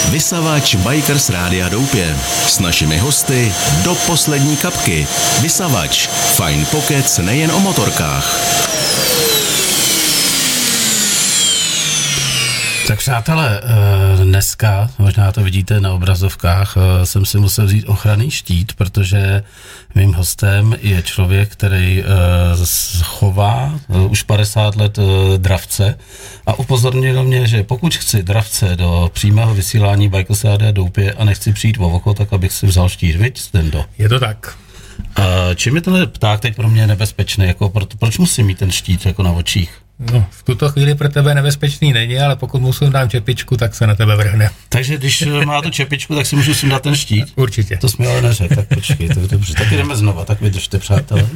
Vysavač Bikers Rádia Doupě. S našimi hosty do poslední kapky. Vysavač. Fajn pokec nejen o motorkách. Tak přátelé, dneska, možná to vidíte na obrazovkách, jsem si musel vzít ochranný štít, protože mým hostem je člověk, který chová už 50 let dravce a upozornil mě, že pokud chci dravce do přímého vysílání Bikers Rádia Doupě a nechci přijít o oko, tak abych si vzal štít, viď, Zdendo? Je to tak. Čím je tenhle pták teď pro mě nebezpečný? Jako, proč musím mít ten štít jako na očích? No, v tuto chvíli pro tebe nebezpečný není, ale pokud musím dát čepičku, tak se na tebe vrhne. Takže když má tu čepičku, tak si můžu si dát ten štít? Určitě. To jsi mi ale neřekl, tak počkej, to dobře. Tak jdeme znova, tak vydržte, přátelé.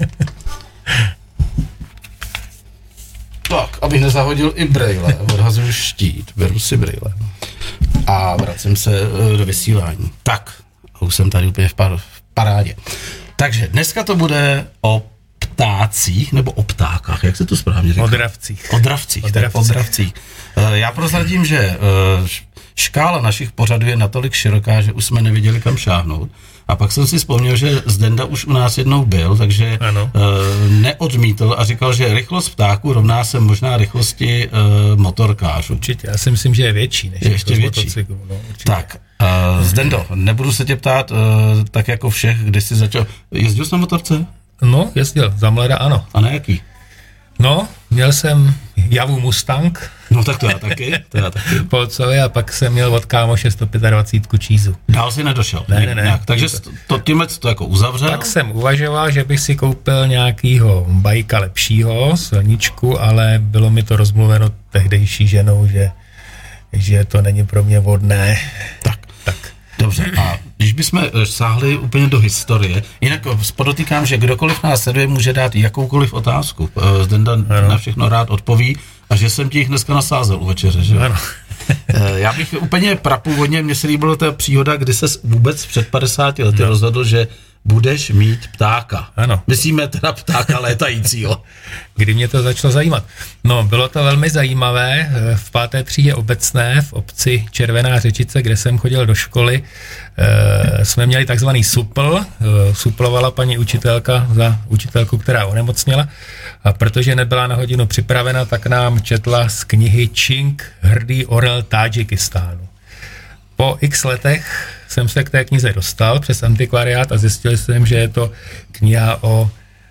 Tak, abych nezahodil i brejle, odhazuju štít, beru si brejle a vracím se do vysílání. Tak, už jsem tady úplně v parádě. Takže dneska to bude o ptácích, nebo o ptákách, jak se to správně říká? O dravcích. O dravcích. Já prozradím, že škála našich pořadů je natolik široká, že už jsme neviděli kam šáhnout. A pak jsem si vzpomněl, že Zdenda už u nás jednou byl, takže neodmítl a říkal, že rychlost ptáků rovná se možná rychlosti motorkářů. Určitě, já si myslím, že je větší než ještě větší. No, tak, Zdendo, nebudu se tě ptát, tak jako všech, kdy jsi začal. Jezdil jsi na motorce? No, jezdil, za mlada ano. A na jaký? No, měl jsem Javu Mustang. No tak to já taky. Polcově a pak jsem měl od kámoše 125 čízu. Dál si nedošel? Ne. Takže tímhle to jako uzavřel? Tak jsem uvažoval, že bych si koupil nějakýho bajka lepšího, silničku, ale bylo mi to rozmluveno tehdejší ženou, že to není pro mě vhodné. Tak. Dobře, a když bychom sáhli úplně do historie, jinak podotýkám, že kdokoliv nás sleduje, může dát jakoukoliv otázku. Zdenda na všechno rád odpoví a že jsem ti jich dneska nasázel u večeře, že? Ano. Já bych úplně prapůvodně, mně se líbila ta příhoda, kdy ses vůbec před 50 lety rozhodl, že budeš mít ptáka. Ano. Myslíme teda ptáka létajícího. Kdy mě to začalo zajímat? No, bylo to velmi zajímavé. V 5. třídě obecné v obci Červená Řečice, kde jsem chodil do školy, jsme měli takzvaný supl. Suplovala paní učitelka za učitelku, která onemocněla. A protože nebyla na hodinu připravena, tak nám četla z knihy Čing, hrdý orel Tádžikistánu. Po x letech jsem se k té knize dostal přes antikvariát a zjistil jsem, že je to kniha o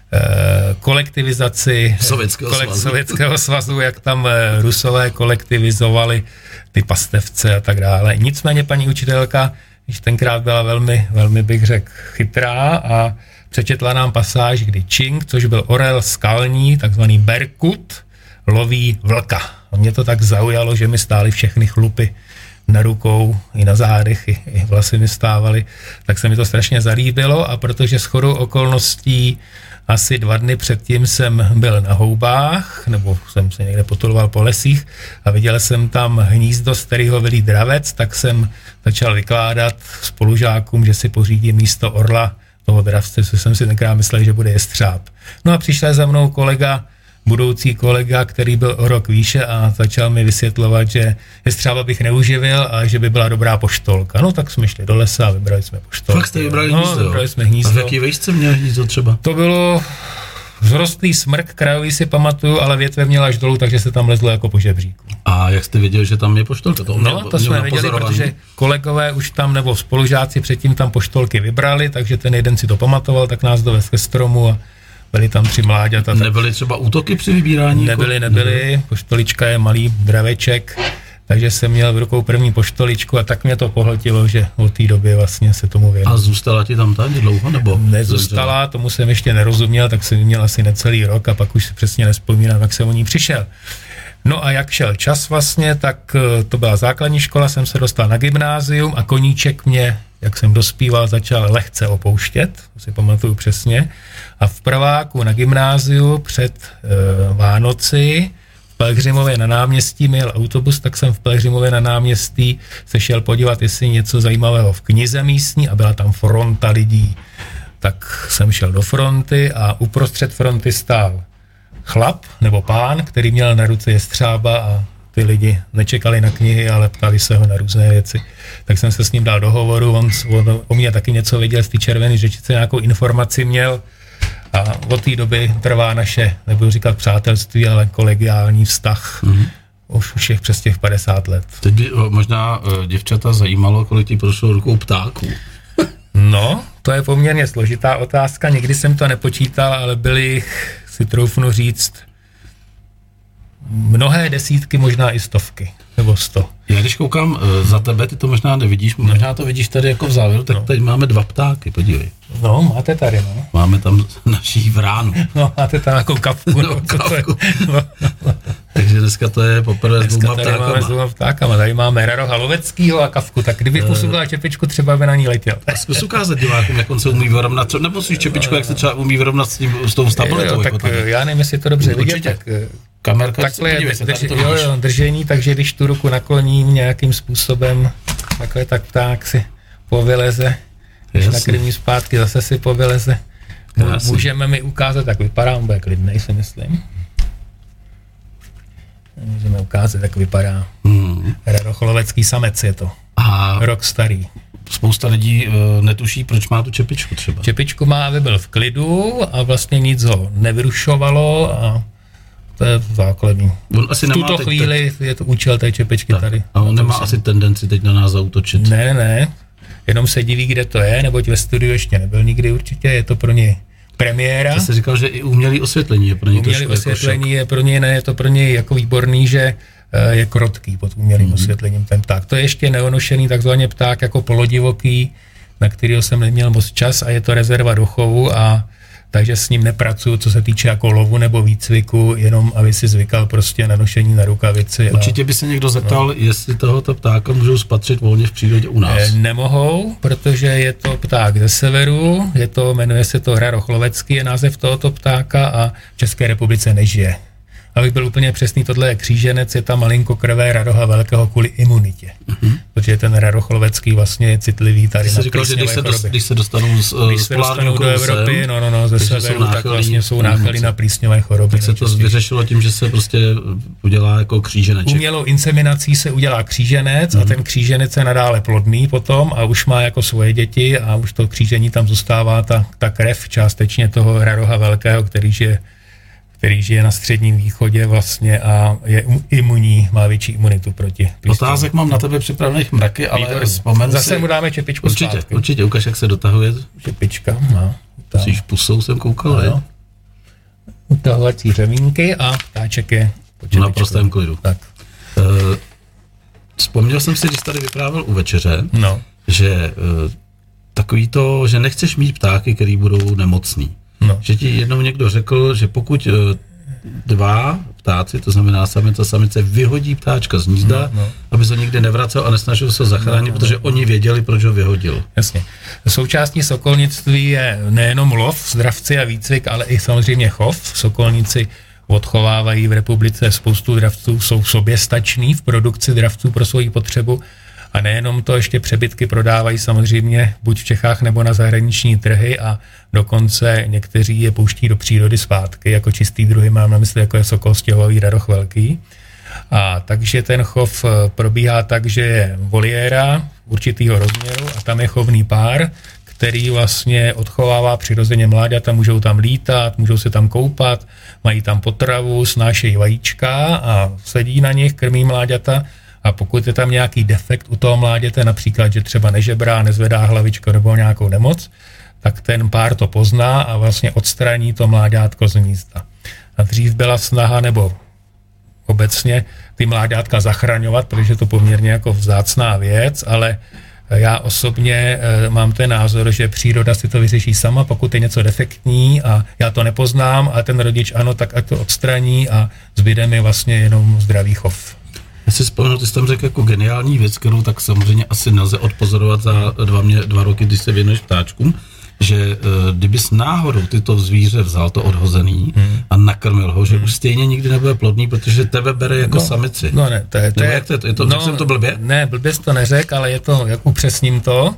kolektivizaci Sovětského svazu, jak tam Rusové kolektivizovali ty pastevce a tak dále. Nicméně paní učitelka, když tenkrát byla velmi, velmi bych řekl, chytrá a přečetla nám pasáž, kdy Čing, což byl orel skalní, takzvaný berkut, loví vlka. A mě to tak zaujalo, že mi stály všechny chlupy na rukou, i na zádech, i vlasy mi stávaly, tak se mi to strašně zalíbilo a protože shodou okolností asi 2 dny předtím jsem byl na houbách, nebo jsem se někde potuloval po lesích a viděl jsem tam hnízdo, z kterého vylí dravec, tak jsem začal vykládat spolužákům, že si pořídím místo orla toho dravce, co jsem si tenkrát myslel, že bude jestřáb. No a přišel za mnou budoucí kolega, který byl o rok výše a začal mi vysvětlovat, že jestřába bych neuživil a že by byla dobrá poštolka. No tak jsme šli do lesa a vybrali jsme poštolku. Fakt jste vybrali hnízdo? No, vybrali jsme hnízdo. A v jaký vejšce měl hnízdo třeba? To bylo vzrostlý smrk, krajový si pamatuju, ale větve měla až dolů, takže se tam lezlo jako po žebříku. A jak jste věděli, že tam je poštolka? To jsme věděli, protože kolegové už tam, nebo spolužáci předtím tam poštolky vybrali, takže ten jeden si to pamatoval, tak nás dovez ke stromu a byli tam 3 mláďata. Nebyly třeba útoky při vybírání? Nebyly. Poštolička je malý draveček, takže jsem měl v rukou první poštoličku a tak mě to pohltilo, že od té doby vlastně se tomu věnoval. A zůstala ti tam tady dlouho, nebo? Nezůstala, tomu jsem ještě nerozuměl, tak jsem měl asi necelý rok a pak už si přesně nevzpomínám, jak jsem o ní přišel. No a jak šel čas vlastně, tak to byla základní škola, jsem se dostal na gymnázium a koníček mě, jak jsem dospíval, začal lehce opouštět, to si pamatuju přesně. A v prváku na gymnáziu před Vánoci v Pelhřimově na náměstí měl autobus, tak jsem v Pelhřimově na náměstí se šel podívat, jestli něco zajímavého v knize místní a byla tam fronta lidí. Tak jsem šel do fronty a uprostřed fronty stál chlap nebo pán, který měl na ruce jestřába a ty lidi nečekali na knihy, ale ptali se ho na různé věci. Tak jsem se s ním dal do hovoru, on o mě taky něco věděl z té Červené Řečice, nějakou informaci měl a od té doby trvá naše, nebudu říkat přátelství, ale kolegiální vztah. Už je přes těch 50 let. Teď by možná děvčata zajímalo, kolik ti prošlo rukou ptáků. No, to je poměrně složitá otázka, nikdy jsem to nepočítal, ale byly, si troufnu říct, mnohé desítky, možná i stovky, nebo 100. Já když koukám za tebe, ty to možná nevidíš, možná to vidíš tady jako v závěru, tak tady máme 2 ptáky, podívej. No, máte tady, no. Máme tam naší vránu. No, máte tam nějakou kapku. No, kapku. Takže dneska to je poprvé s 2 ptákama. Máme s 2 ptákama. Tady máme Rarocha Loveckýho a kavku, tak kdybych působila čepičku, třeba by na ní letěl. Zkus ukázat divákům, jak on se umí vyrovnat, nebo si čepičku, jak se třeba umí vyrovnat s tou stabilitou. Tak já nevím, jestli to dobře vidět, tak kamerka, takhle je držení, takže když tu ruku nakloním nějakým způsobem, takhle tak pták si povyleze, když nakrmí zpátky, zase si povyleze. Můžeme mi ukázat, jak vypadá, on bude klidnej, si myslím. Můžeme ukázat, jak vypadá. Raroch Lovecký samec je to. Rok starý. Spousta lidí netuší, proč má tu čepičku třeba. Čepičku má, aby byl v klidu a vlastně nic ho nevyrušovalo a to je základní. V tuto chvíli je to účel té čepičky tak. Tady. A on nemá asi tendenci teď na nás zaútočit. Ne, jenom se diví, kde to je, neboť ve studiu ještě nebyl nikdy určitě, je to pro něj premiéra. Ty jsi říkal, že i umělé osvětlení je pro něj trošku jako osvětlení je pro něj, je to pro něj jako výborný, že je krotký pod umělým osvětlením ten pták. To je ještě neonošený takzvaně pták jako polodivoký, na kterého jsem neměl moc čas a je to rezerva do chovu a takže s ním nepracuju, co se týče jako lovu nebo výcviku, jenom aby si zvykal prostě na nošení na rukavici. Určitě by se někdo zeptal, jestli tohoto ptáka můžou spatřit volně v přírodě u nás. Nemohou, protože je to pták ze severu, jmenuje se to Raroch Lovecký, je název tohoto ptáka a v České republice nežije. Abych byl úplně přesný, tohle je kříženec, je tam malinkokrvé raroha velkého kvůli imunitě. Protože ten Raroch Lovecký vlastně je citlivý tady na plísňové choroby. Když se dostanou do Evropy, ze severu, tak vlastně jsou náchylí na plísňové choroby. Tak se to vyřešilo tím, že se prostě udělá jako kříženeček. Umělou inseminací se udělá kříženec a ten kříženec je nadále plodný potom a už má jako svoje děti a už to křížení tam zůstává ta krev částečně toho Raroha velkého, který žije na Středním východě vlastně a je imunní, má větší imunitu proti plísni. Otázek mám na tebe připravených mraky, ale vzpomen si... Zase mu dáme čepičku zpátky. Určitě, ukaž, jak se dotahuje. Čepička, no. Musíš pusou, jsem koukal, no. Utahovací řemínky a ptáček je po čepičku. Na prostém klidu. Tak. Vzpomněl jsem si, když tady vyprávěl u večeře, že takový to, že nechceš mít ptáky, který budou nemocný. Že ti jednou někdo řekl, že pokud 2 ptáci, to znamená samice a samice, vyhodí ptáčka z hnízda, aby se nikdy nevracel a nesnažil se zachránit, protože oni věděli, proč ho vyhodil. Jasně. Součástí sokolnictví je nejenom lov, zdravci a výcvik, ale i samozřejmě chov. Sokolníci odchovávají v republice spoustu dravců, jsou soběstační v produkci dravců pro svoji potřebu. A nejenom to, ještě přebytky prodávají samozřejmě buď v Čechách nebo na zahraniční trhy a dokonce někteří je pouští do přírody zpátky, jako čistý druhy, mám na mysli, jako je sokol stěhový, raroch velký. A takže ten chov probíhá tak, že je voliéra určitýho rozměru a tam je chovný pár, který vlastně odchovává přirozeně mláďata, můžou tam lítat, můžou se tam koupat, mají tam potravu, snášejí vajíčka a sedí na nich, krmí mláďata. A pokud je tam nějaký defekt u toho mláděte, například, že třeba nežebrá, nezvedá hlavičku nebo nějakou nemoc, tak ten pár to pozná a vlastně odstraní to mláďátko z hnízda. A dřív byla snaha, nebo obecně ty mláďátka zachraňovat, protože je to poměrně jako vzácná věc, ale já osobně mám ten názor, že příroda si to vyřeší sama, pokud je něco defektní a já to nepoznám a ten rodič ano, tak ať to odstraní a zbyde mi vlastně jenom zdravý chov. Já si vzpomenu, ty jsi tam řekl jako geniální věc, kterou tak samozřejmě asi nelze odpozorovat za 2 roky, když se věnuješ ptáčkům, že kdybys náhodou tyto zvíře vzal to odhozený a nakrmil ho, že už stejně nikdy nebude plodný, protože tebe bere jako samici. No ne, to je jsem to blbě? Ne, blbě jsi to neřekl, ale je to, jak upřesním to,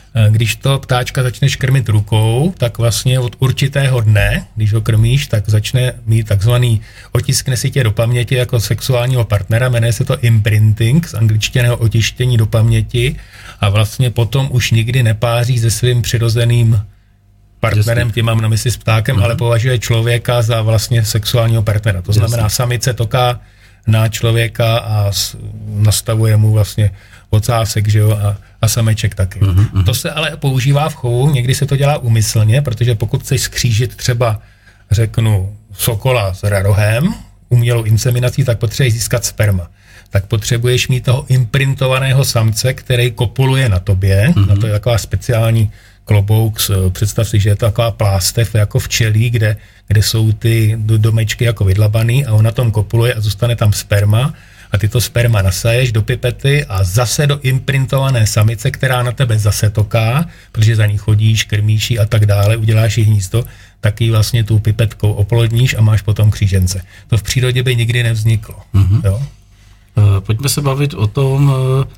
Když to ptáčka začneš krmit rukou, tak vlastně od určitého dne, když ho krmíš, tak začne mít takzvaný, otiskne si tě do paměti jako sexuálního partnera, jmenuje se to imprinting, z angličtiného otištění do paměti a vlastně potom už nikdy nepáří se svým přirozeným partnerem, tím mám na mysli s ptákem, ale považuje člověka za vlastně sexuálního partnera. To znamená, samice toká na člověka a nastavuje mu vlastně ocásek, že jo, a sameček taky. To se ale používá v chovu, někdy se to dělá úmyslně, protože pokud chceš skřížit třeba, řeknu, sokola s rarohem, umělou inseminací, tak potřebuješ získat sperma. Tak potřebuješ mít toho imprintovaného samce, který kopuluje na tobě, na to je taková speciální klobouk, představ si, že je to taková plástev jako včelí, kde jsou ty domečky jako vydlabaný a on na tom kopuluje a zůstane tam sperma a ty to sperma nasaješ do pipety a zase do imprintované samice, která na tebe zase toká, protože za ní chodíš, krmíš a tak dále, uděláš jí hnízdo, tak ji vlastně tou pipetkou oplodníš a máš potom křížence. To v přírodě by nikdy nevzniklo. Jo? Pojďme se bavit o tom,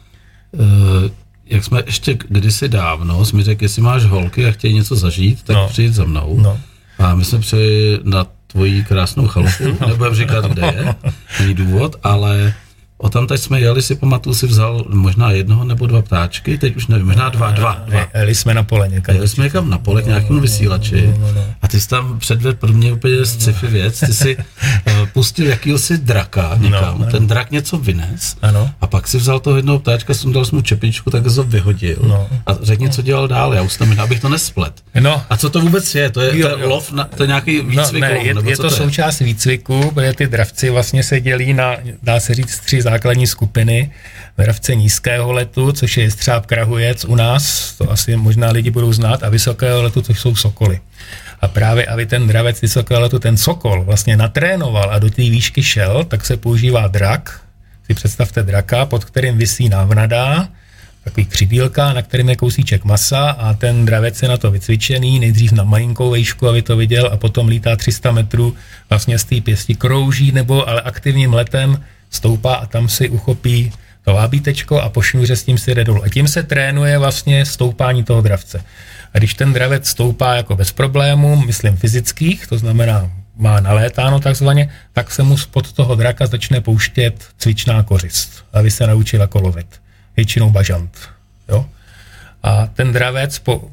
jak jsme ještě kdysi dávno, jsi mi řekl, jestli máš holky a chtějí něco zažít, tak přijít za mnou. No. A my jsme přijeli na tvoji krásnou chalupu, nebudem říkat, kde je, není důvod, ale o tam teď jsme jeli, si pamatuju, si vzal možná jednoho nebo dva ptáčky, teď už nevím, možná dva. Jeli jsme na pole někam. Jeli jsme někam na pole k nějakému vysílači a ty jsi tam předvedl pro mě úplně sci-fi věc, ty si pustil jakýhosi draka někam, ten drak něco vynes a pak si vzal toho jednoho ptáčka, sundal jsi mu čepičku, tak ho vyhodil a řekni, co dělal dál, já už tam abych to nesplet. A co to vůbec je? To je lov, to je nějaký výcvik lov, nebo je co to součást výcviku, protože ty dravci vlastně se dělí na, dá se říct, 3 základní skupiny. Dravce nízkého letu, což je jestřáb krahujec u nás, to asi možná lidi budou znát, a vysokého letu, což jsou sokoly. A právě, aby ten dravec vysokého letu, ten sokol vlastně natrénoval a do té výšky šel, tak se používá drak. Si představte draka, pod kterým visí návnada, takový křidílka, na kterým je kousíček masa a ten dravec je na to vycvičený, nejdřív na malinkou výšku, aby to viděl, a potom lítá 300 metrů vlastně z té pěsti, krouží nebo ale aktivním letem stoupá a tam si uchopí to vábítečko a po šňůře s tím si jde dolů. A tím se trénuje vlastně stoupání toho dravce. A když ten dravec stoupá jako bez problémů, myslím fyzických, to znamená má nalétáno takzvaně, tak se mu spod toho draka začne pouštět cvičná kořist, aby se naučil jako lovit. Většinou bažant. Jo? A ten dravec po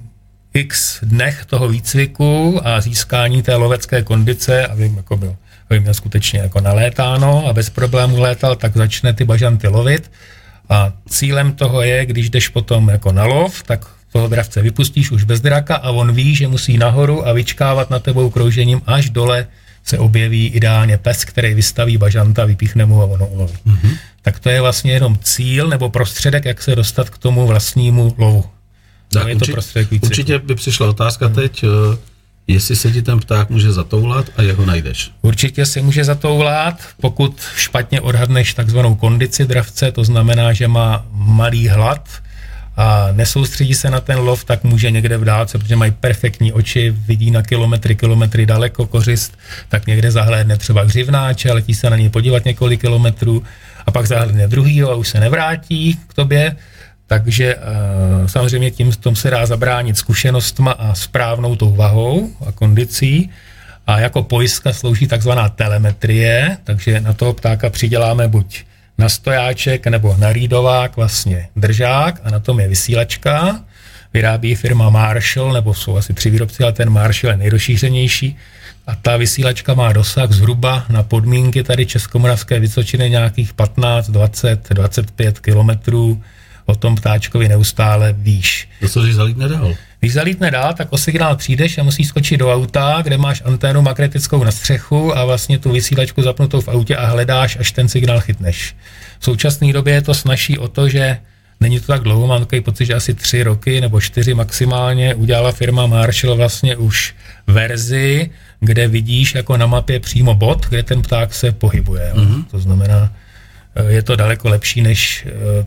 x dnech toho výcviku a získání té lovecké kondice, aby jako byl měl skutečně jako nalétáno a bez problémů létal, tak začne ty bažanty lovit. A cílem toho je, když jdeš potom jako na lov, tak toho dravce vypustíš už bez draka a on ví, že musí nahoru a vyčkávat na tebou kroužením, až dole se objeví ideálně pes, který vystaví bažanta, vypíchne mu a ono uloví. Tak to je vlastně jenom cíl nebo prostředek, jak se dostat k tomu vlastnímu lovu. Tak, určitě by přišla otázka teď, jestli se ti ten pták může zatoulat a jak ho najdeš. Určitě si může zatoulat, pokud špatně odhadneš takzvanou kondici dravce, to znamená, že má malý hlad a nesoustředí se na ten lov, tak může někde v dálce, protože mají perfektní oči, vidí na kilometry daleko kořist, tak někde zahlédne třeba hřivnáče, letí se na něj podívat několik kilometrů a pak zahlédne druhýho a už se nevrátí k tobě. Takže samozřejmě tím tom se dá zabránit zkušenostma a správnou tou vahou a kondicí. A jako pojistka slouží takzvaná telemetrie, takže na toho ptáka přiděláme buď na stojáček nebo na rýdovák vlastně držák a na tom je vysílačka. Vyrábí firma Marshall, nebo jsou asi 3 výrobci, ale ten Marshall je nejrozšířenější. A ta vysílačka má dosah zhruba na podmínky tady Českomoravské Vysočiny nějakých 15, 20, 25 kilometrů. O tom ptáčkovi neustále víš. To co, když zalítne dál? Když zalítne dál, tak o signál přijdeš a musíš skočit do auta, kde máš anténu magnetickou na střechu a vlastně tu vysílačku zapnutou v autě a hledáš, až ten signál chytneš. V současné době je to snazší o to, že není to tak dlouho, mám takový pocit, že asi 3 roky nebo 4 maximálně udělala firma Marshall vlastně už verzi, kde vidíš jako na mapě přímo bod, kde ten pták se pohybuje. To znamená, je to daleko lepší než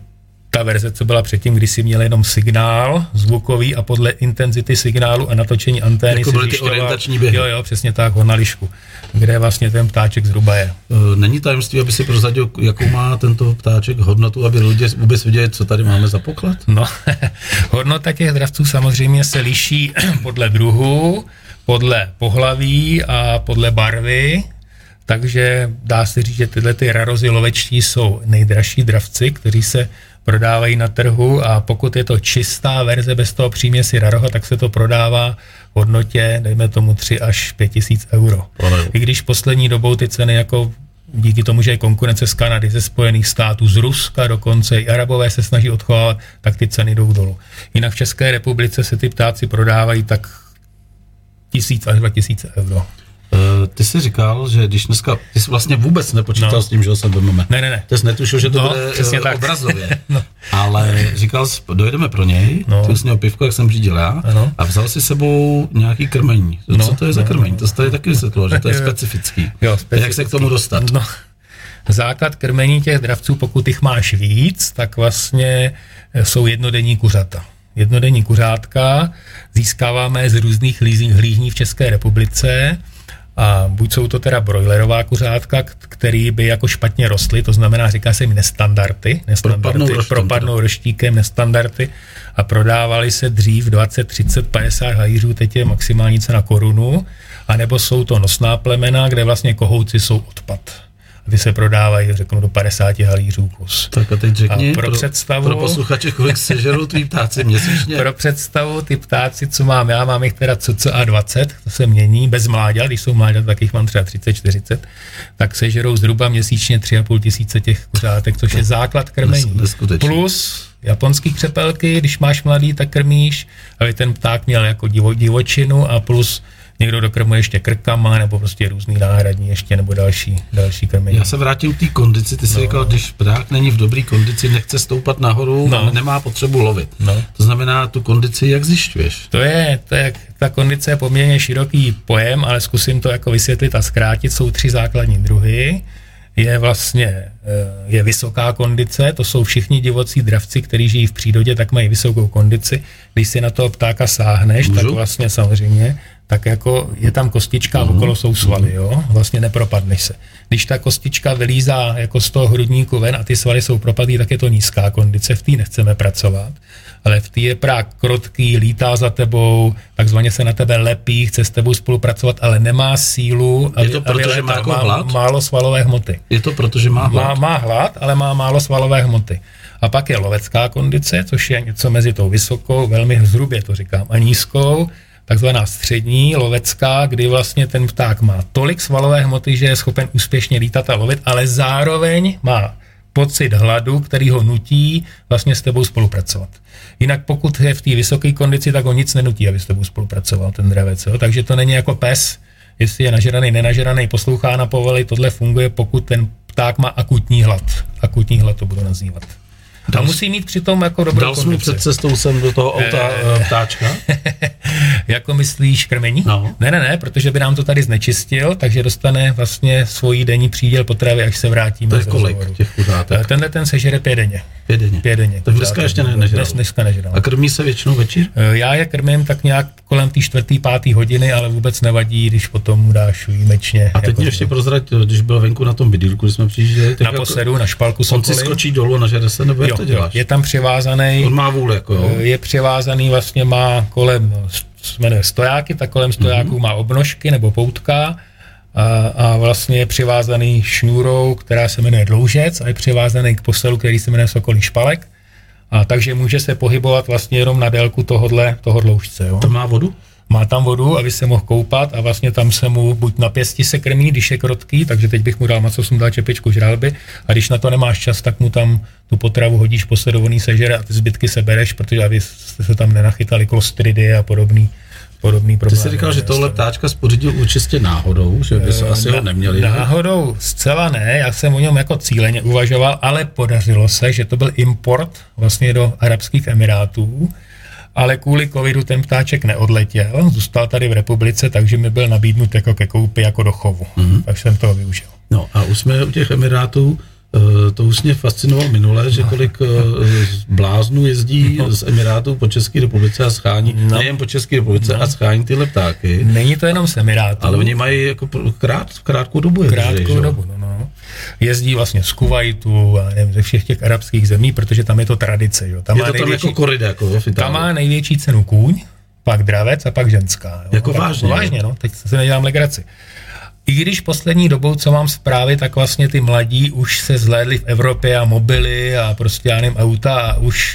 ta verze, co byla předtím, kdy si měl jenom signál zvukový a podle intenzity signálu a natočení antény jako si byly ty orientační běhy. Jo, přesně tak, na lišku, kde vlastně ten ptáček zhruba je. Není tajemství, aby si prozradil, jakou má tento ptáček hodnotu, aby lidé vůbec viděli, co tady máme za poklad? No, hodnota těch dravců samozřejmě se liší podle druhu, podle pohlaví a podle barvy, takže dá se říct, že tyhle ty rarozy lovečtí jsou nejdražší dravci, kteří se prodávají na trhu, a pokud je to čistá verze bez toho příměsi raroha, tak se to prodává v hodnotě, dejme tomu 3 až 5 tisíc euro. I když poslední dobou ty ceny jako díky tomu, že je konkurence z Kanady, ze Spojených států, z Ruska dokonce, i Arabové se snaží odchovávat, tak ty ceny jdou dolů. Jinak v České republice se ty ptáci prodávají tak 1000 až 2000 euro. Ty jsi říkal, že když dneska, ty jsi vlastně vůbec nepočítal s tím, že ho sem vezmeme. Ne. Ty jsi netušil, že to bude obrazově. Ale říkal jsi, dojedeme pro něj, ty jsi měl pivko, jak jsem řídil já, a vzal si sebou nějaký krmení. Co to je za krmení? To jsi tady taky vysvětloval, že to je specifický. Jak se k tomu dostat? Základ krmení těch dravců, pokud jich máš víc, tak vlastně jsou jednodenní kuřata. Jednodenní kuřátka získáváme z různých hlížní v České republice, a buď jsou to teda brojlerová kuřátka, který by jako špatně rostly, to znamená, říká se jim nestandardy, propadnou roštíkem, nestandardy, a prodávali se dřív 20, 30, 50 halířů, teď je maximální cena korunu, anebo jsou to nosná plemena, kde vlastně kohouci jsou odpad. Ty se prodávají, řeknu, do 50 halířů kus. Tak a teď řekni pro posluchače, kolik sežerou tví ptáci měsíčně. Pro představu, ty ptáci, co mám já, mám jich teda cca 20, to se mění, bez mláďat, když jsou mláďat, tak jich mám třeba 30, 40, tak sežerou zhruba měsíčně 3,5 tisíce těch kuřátek, což je základ krmení. Plus japonský křepelky, když máš mladý, tak krmíš, aby ten pták měl jako divočinu, a plus někdo dokrmuje ještě krkama, nebo prostě různý náhradní ještě, nebo další krmení. Já se vrátím k té kondici. Ty jsi říkal, když pták není v dobré kondici, nechce stoupat nahoru, nemá potřebu lovit. To znamená, tu kondici jak zjišťuješ? To je, ta kondice je poměrně široký pojem, ale zkusím to jako vysvětlit a zkrátit. Jsou 3 základní druhy. Je vysoká kondice, to jsou všichni divocí dravci, kteří žijí v přírodě, tak mají vysokou kondici. Když si na toho ptáka sáhneš, tak vlastně samozřejmě, tak jako je tam kostička a okolo jsou svaly, jo? Vlastně nepropadneš se. Když ta kostička vylízá jako z toho hrudníku ven a ty svaly jsou propadlý, tak je to nízká kondice, v té nechceme pracovat. Ale v té je prák krotký, lítá za tebou, takzvaně se na tebe lepí, chce s tebou spolupracovat, ale nemá sílu, je to proto, že má jako hlad? Málo svalové hmoty. Je to proto, že má hlad? Má hlad, ale má málo svalové hmoty. A pak je lovecká kondice, což je něco mezi tou vysokou, velmi hrubě to říkám, a nízkou, takzvaná střední lovecká, kdy vlastně ten pták má tolik svalové hmoty, že je schopen úspěšně lítat a lovit, ale zároveň má pocit hladu, který ho nutí vlastně s tebou spolupracovat. Jinak pokud je v té vysoké kondici, tak ho nic nenutí, aby s tebou spolupracoval ten dravec. Jo? Takže to není jako pes, jestli je nažraný, nenažraný, poslouchá na povely, tohle funguje, pokud ten pták má akutní hlad. Akutní hlad to budu nazývat. A musí mít přitom jako dobrou kondici. Dal jsi mu před cestou sem do toho auta ptáčka? Jako myslíš krmení? No. Ne, protože by nám to tady znečistil, takže dostane vlastně svůj denní příděl potravy, až se vrátíme. To je kolik těch kuřátek? Tenhle ten sežere 5 denně. 5 denně. Tak dneska ještě nežral. Dneska nežral. A krmí se většinou večer? Já je krmím tak nějak kolem té 4., 5. hodiny, ale vůbec nevadí, když potom dáš výjimečně. A teď mě ještě prozrať, když byl venku na tom bydýlku, když jsme přijížděli. Na posedu, na špalku Sokoly. On si skočí dolů a nažere se, nebo jak to děláš? Je tam přivázaný. On má vůli, jako jo. Je přivázaný, vlastně má kolem, jmenuje stojáky, tak kolem stojáků má obnožky nebo poutka a vlastně je přivázaný šňůrou, která se jmenuje dloužec, a je přivázaný k poselu, který se jmenuje sokolí špalek. A takže může se pohybovat vlastně jenom na délku toho dloužce. Jo. To má vodu? Má tam vodu, aby se mohl koupat, a vlastně tam se mu buď na pěsti se krmí, když je krotký, takže teď bych mu dal maso, jsem dal čepičku žralby, a když na to nemáš čas, tak mu tam tu potravu hodíš posledovaný sežere a ty zbytky sebereš, protože aby se tam nenachytali klostridy a podobný problémy. Ty jsi říkal, že tohle ptáčka spořídil čistě náhodou, že by se asi ho neměli. Náhodou zcela ne, já jsem o něm jako cíleně uvažoval, ale podařilo se, že to byl import vlastně do Arabských Emirátů, ale kvůli covidu ten ptáček neodletěl, zůstal tady v republice, takže mi byl nabídnut jako ke koupi, jako do chovu. Takže jsem toho využil. No a už jsme u těch Emirátů, To už mě fascinovalo minule, že kolik bláznů jezdí z Emirátů po České republice a schání, nejen po České republice, a schání tyhle ptáky. Není to jenom z Emirátů. Ale oni mají jako krátkou dobu. Krátkou dobu, no. Jezdí vlastně z Kuvajtu a nevím, ze všech těch arabských zemí, protože tam je to tradice. Jo. Tam je to tam jako korida, jako v Itálii. Tam má největší cenu kůň, pak dravec a pak ženská. Jo. Jako vážně? Vážně, no. Teď se nedělám legraci. I když poslední dobou, co mám zprávy, tak vlastně ty mladí už se zhlédli v Evropě a mobily a prostě já nevím, auta a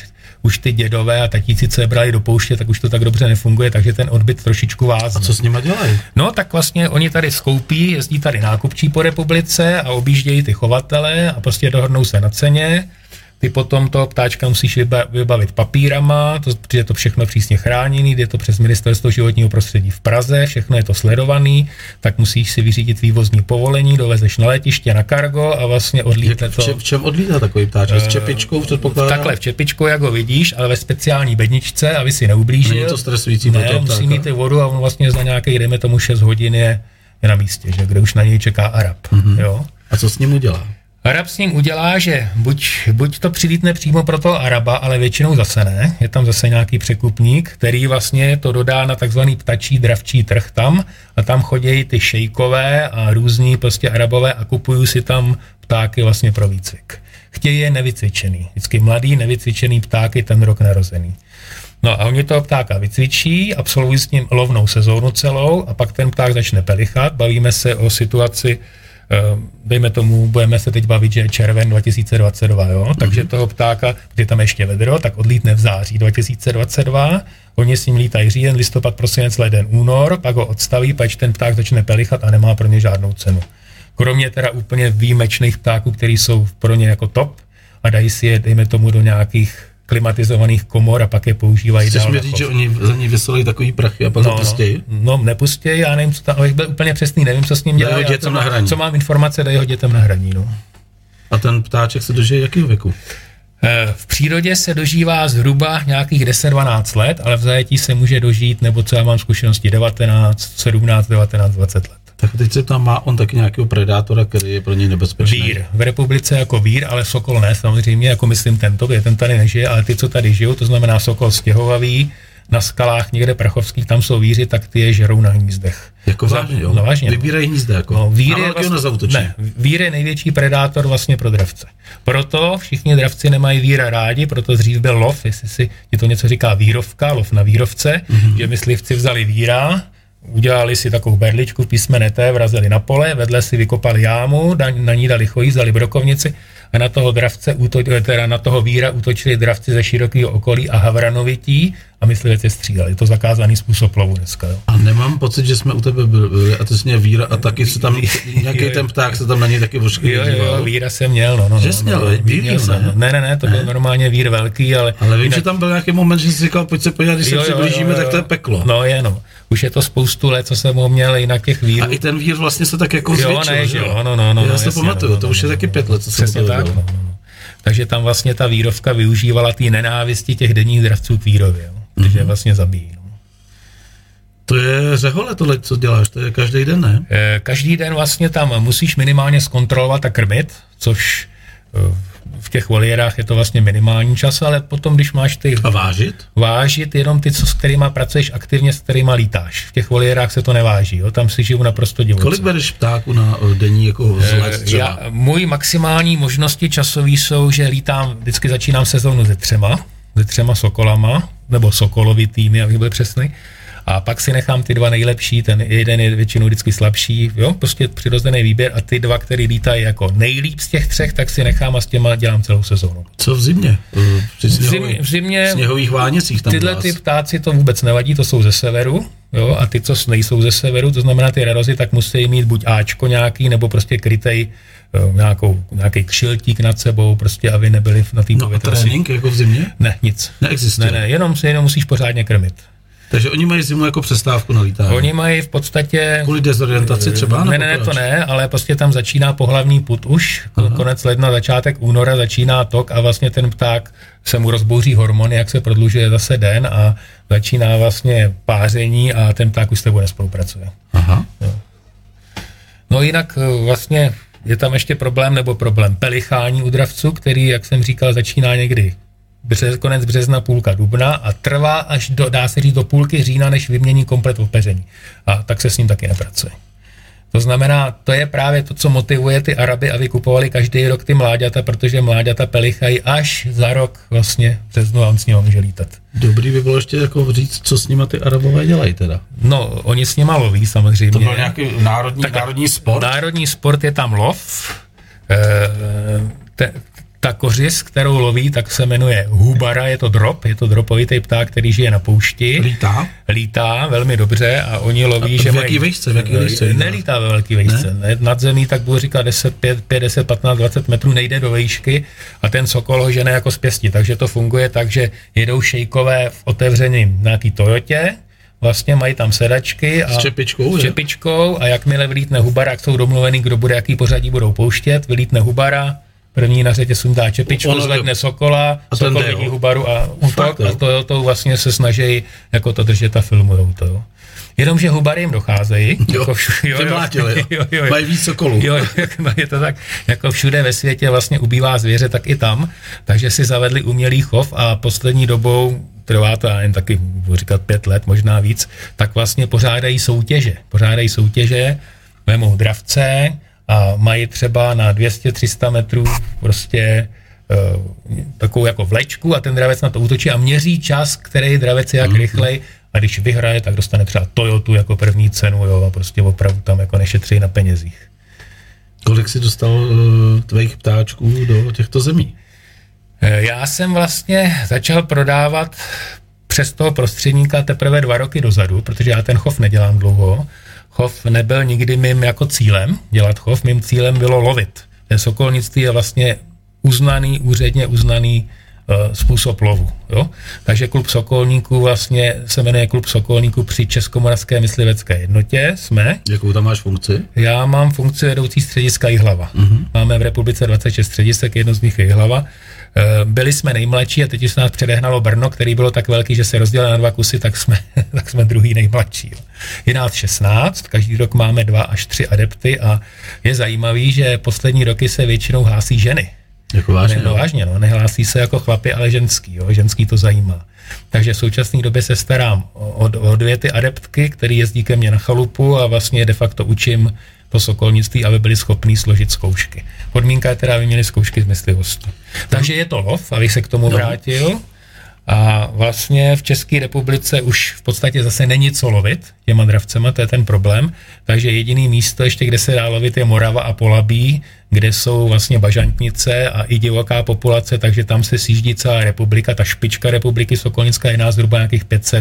už ty dědové a tatíci, co je brali do pouště, tak už to tak dobře nefunguje, takže ten odbyt trošičku vázne. A co s nima dělají? No tak vlastně oni tady skoupí, jezdí tady nákupčí po republice a objíždějí ty chovatele a prostě dohodnou se na ceně. Ty potom toho ptáčka musíš vybavit papírama, protože je to všechno přísně chráněný, jde to přes Ministerstvo životního prostředí v Praze, všechno je to sledovaný, tak musíš si vyřídit vývozní povolení, dovezeš na letiště, na kargo a vlastně odlítne to. V čem odlítá takový ptáček? S čepičkou předpokládám? Takhle v čepičkou, jak ho vidíš, ale ve speciální bedničce, aby si neublížil. Není to stresující pro toho ptáka? Musí mít ty vodu a on vlastně za nějakých, dejme tomu 6 hodin je na místě, že, kde už na něj čeká Arab. Jo? A co s ním udělá? Arab s ním udělá, že buď to přilítne přímo pro toho Araba, ale většinou zase ne. Je tam zase nějaký překupník, který vlastně to dodá na takzvaný ptačí dravčí trh tam a tam chodí ty šejkové a různí prostě Arabové a kupují si tam ptáky vlastně pro výcvik. Chtějí je nevycvičený. Vždycky mladý, nevycvičený ptáky ten rok narozený. No a oni toho ptáka vycvičí, absolvují s ním lovnou sezónu celou a pak ten pták začne pelichat. Bavíme se o situaci, dejme tomu, budeme se teď bavit, že je červen 2022, jo? Takže toho ptáka, když tam ještě vedro, tak odlítne v září 2022, oni s ním lítají říjen, listopad, prosinec, leden, únor, pak ho odstaví, pač ten pták začne pelichat a nemá pro ně žádnou cenu. Kromě teda úplně výjimečných ptáků, který jsou pro ně jako top a dají si je, dejme tomu, do nějakých klimatizovaných komor a pak je používají dál. Chceš mi říct, že oni za ní vysolí takový prachy a pak ho pustějí? No, nepustějí, já nevím, co tam, abych byl úplně přesný, nevím, co s ním dělají. Co mám informace, dají ho dětem na hraní, no. A ten ptáček se dožije jakého věku? V přírodě se dožívá zhruba nějakých 10-12 let, ale v zajetí se může dožít, nebo co já mám zkušenosti, 19, 17, 19, 20 let. Tak teď se tam má on taky nějakého predátora, který je pro něj nebezpečný? Vír. V republice jako vír, ale sokol ne, samozřejmě, jako myslím ten tady nežije, ale ty, co tady žijou, to znamená sokol stěhovavý, na skalách někde prachovských, tam jsou víři, tak ty je žerou na hnízdech. Jako vážně, jo? No, vážně. Vybírají hnízda, jako? No, vír je největší predátor vlastně pro dravce. Proto všichni dravci nemají víra rádi, proto dřív byl lov, jestli si ti to něco říká vírovka, lov na vírovce, že myslivci vzali víra, udělali si takovou berličku v písmene T, vrazili na pole, vedle si vykopali jámu, na ní dali chojí, vzali brokovnici a na toho dravce, teda na toho víra útočili dravci ze širokého okolí a havranovití a myslivec je stříleli. Je to zakázaný způsob lovu dneska. Jo. A nemám pocit, že jsme u tebe byli a ty jsi měl víra a taky se tam nějaký ten pták se tam na něj taky vošky Jo, víra jsem měl, no. Že jsi měl, Ne, to byl normálně vír velký, ale vím, že tam byl nějaký moment, že jsi říkal, pojď se podívat, když se přiblížíme, tak to je peklo. No je, no. Už je to spoustu let, co jsem ho měl jinak těch vírů. A i ten vír vlastně se tak jako zvětšil, že jo? No. Já si pamatuju, to už je taky 5 let, co jsem to tak, no. Takže tam vlastně ta vírovka využívala ty nenávisti těch denních dravců k vírově, takže vlastně zabijí. No. To je řehole tohle, co děláš, to je každý den, ne? Každý den vlastně tam musíš minimálně zkontrolovat a krmit, což v těch voliérách je to vlastně minimální čas, ale potom, když máš ty... A vážit? Vážit jenom ty, s kterýma pracuješ aktivně, s kterýma lítáš. V těch voliérách se to neváží, jo? Tam si žiju naprosto divoce. Kolik bereš ptáků na denní jako let třeba? Můj maximální možnosti časový jsou, že lítám, vždycky začínám sezónu se třema sokolama, nebo sokolový týmy, abych byl přesný. A pak si nechám ty 2 nejlepší, ten jeden je většinou vždycky slabší, jo, prostě přirozený výběr a ty 2, který lítají jako nejlíp z těch 3, tak si nechám a s těma dělám celou sezónu. Co v zimě? V zimě sněhových váněcích tam tyhle ty ptáci to vůbec nevadí, to jsou ze severu, jo, a ty, co nejsou ze severu, to znamená ty rarozy, tak musí mít buď áčko nějaký, nebo prostě krytej nějaký kšiltík nad sebou, prostě, aby nebyli na té povětrnosti. No a trénink jako v zimě? Ne, nic. Neexistuje? Ne, jenom musíš pořádně krmit. Takže oni mají zimu jako přestávku na lítání. Oni mají v podstatě... Kvůli dezorientaci třeba? Ne, to ne, ale prostě tam začíná pohlavní pud už, konec ledna, začátek února začíná tok a vlastně ten pták se mu rozbouří hormony, jak se prodlužuje zase den a začíná vlastně páření a ten pták už s tebou nespolupracuje. Aha. No jinak vlastně je tam ještě problém pelichání u dravců, který, jak jsem říkal, začíná někdy konec března, půlka dubna a trvá až dá se říct, do půlky října, než vymění komplet opeření. A tak se s ním taky nepracuje. To znamená, to je právě to, co motivuje ty Araby, aby kupovali každý rok ty mláďata, protože mláďata pelichají až za rok vlastně v březnu a on s nimi může lítat. Dobrý by bylo ještě jako říct, co s nima ty Arabové dělají teda. No, oni s nima loví samozřejmě. To byl nějaký národní sport? Národní sport je tam lov. Ta kořist, kterou loví, tak se jmenuje hubara, je to dropovitý pták, který žije na poušti. Lítá velmi dobře a oni loví, že mají... V jaký výšce? Nelítá ve velký výšce. Ne? Nad zemí tak budu říkat 10, 15, 20 metrů, nejde do výšky a ten sokol ho žene jako z pěsti. Takže to funguje tak, že jedou šejkové v otevřeným nějaký Toyotě, vlastně mají tam sedačky a s čepičkou a jakmile vylítne hubara, jak jsou domluvený, kdo bude, jaký pořadí budou pouštět, vylítne hubara, první na řadě sundá čepičku, zvedne sokola, sokol vidí hubaru a útok a to vlastně se snaží jako to držet a filmujou to. Jo. Jenomže hubary jim docházejí. Mají víc sokolů. Je to tak, jako všude ve světě vlastně ubývá zvěře, tak i tam, takže si zavedli umělý chov a poslední dobou, trvá to jen taky, budu říkat 5 let, možná víc, tak vlastně pořádají soutěže, vemou dravce, a mají třeba na 200-300 metrů prostě takovou jako vlečku a ten dravec na to útočí a měří čas, který dravec je jak rychlej a když vyhraje, tak dostane třeba Toyotu jako první cenu, jo, a prostě opravdu tam jako nešetří na penězích. Kolik jsi dostal tvých ptáčků do těchto zemí? Já jsem vlastně začal prodávat přes toho prostředníka teprve 2 roky dozadu, protože já ten chov nedělám dlouho. Chov nebyl nikdy mým jako cílem dělat chov, mým cílem bylo lovit. Ten sokolnictví je vlastně úředně uznaný způsob lovu. Jo? Takže klub sokolníků vlastně se jmenuje Klub sokolníků při Českomoravské myslivecké jednotě. Jsme. Jakou tam máš funkci? Já mám funkci vedoucí střediska Jihlava. Máme v republice 26 středisek, jedno z nich je Jihlava. Byli jsme nejmladší a teď se nás předehnalo Brno, který bylo tak velký, že se rozdělil na 2 kusy, tak jsme druhý nejmladší. Jo. Je nás 16, každý rok máme 2 až 3 adepty a je zajímavý, že poslední roky se většinou hlásí ženy. Jako vážně? Vážně, nehlásí se jako chlapi, ale ženský, jo, ženský to zajímá. Takže v současné době se starám o 2 ty adeptky, který jezdí ke mně na chalupu a vlastně de facto učím to sokolnictví, aby byli schopní složit zkoušky. Podmínka je teda, aby měli zkoušky z myslivosti. Takže je to lov, abych se k tomu vrátil. A vlastně v České republice už v podstatě zase není co lovit těma dravcema, to je ten problém. Takže jediný místo ještě, kde se dá lovit, je Morava a Polabí, kde jsou vlastně bažantnice a i divoká populace, takže tam se sjíždí celá republika. Ta špička republiky sokolnická je nás zhruba nějakých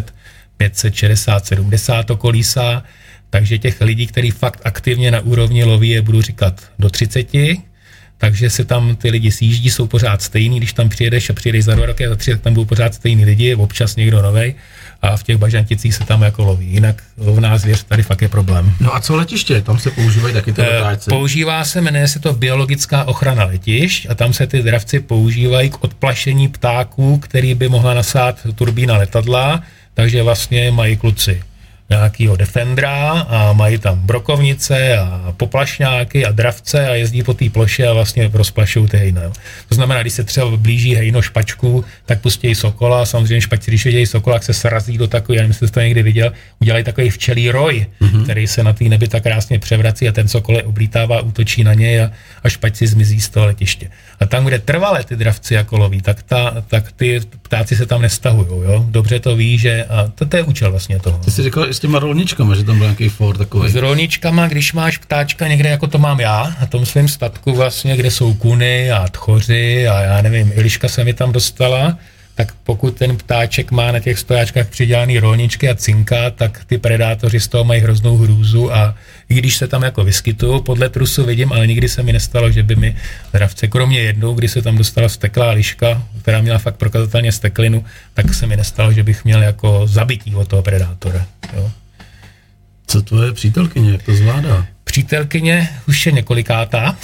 560, 70 to kolísá. Takže těch lidí, kteří fakt aktivně na úrovni loví, je budu říkat do 30, takže se tam ty lidi sjíždí, jsou pořád stejný, když tam přijedeš za 2 roky a za 3, tak tam budou pořád stejný lidi, občas někdo novej a v těch bažanticích se tam jako loví. Jinak lovná zvěř tady fakt je problém. No a co letiště? Tam se používají taky ty letáčci? Používá se, jmenuje se to biologická ochrana letišť a tam se ty dravci používají k odplašení ptáků, který by mohla nasát turbína letadla, takže vlastně mají kluci nějakýho Defendera a mají tam brokovnice a poplašňáky a dravce a jezdí po té ploše a vlastně rozplašují ty hejna. To znamená, když se třeba blíží hejno špačku, tak pustí sokola, samozřejmě špačci, když vidějí sokola, tak se srazí do takový, já nevím, jestli jste to někdy viděl, udělají takový včelí roj, který se na té nebi tak krásně převrací a ten sokol je oblítává, útočí na něj a špačci zmizí z toho letiště. A tam, kde trvale ty dravci jako loví, tak ty ptáci se tam nestahujou, jo? Dobře to ví, že a to je účel vlastně toho. Ty jsi říkal s těma rolničkama, že tam byl nějaký for takový. S rolničkama, když máš ptáčka někde, jako to mám já, na tom svém statku vlastně, kde jsou kuny a tchoři a já nevím, Iliška se mi tam dostala, tak pokud ten ptáček má na těch stojáčkách přidělaný rolničky a cinka, tak ty predátoři z toho mají hroznou hrůzu a i když se tam jako vyskytují, podle trusu vidím, ale nikdy se mi nestalo, že by mi dravce, kromě jednou, kdy se tam dostala steklá liška, která měla fakt prokazatelně steklinu, tak se mi nestalo, že bych měl jako zabití od toho predátora. Jo. Co tvoje přítelkyně, jak to zvládá? Přítelkyně už je několikátá.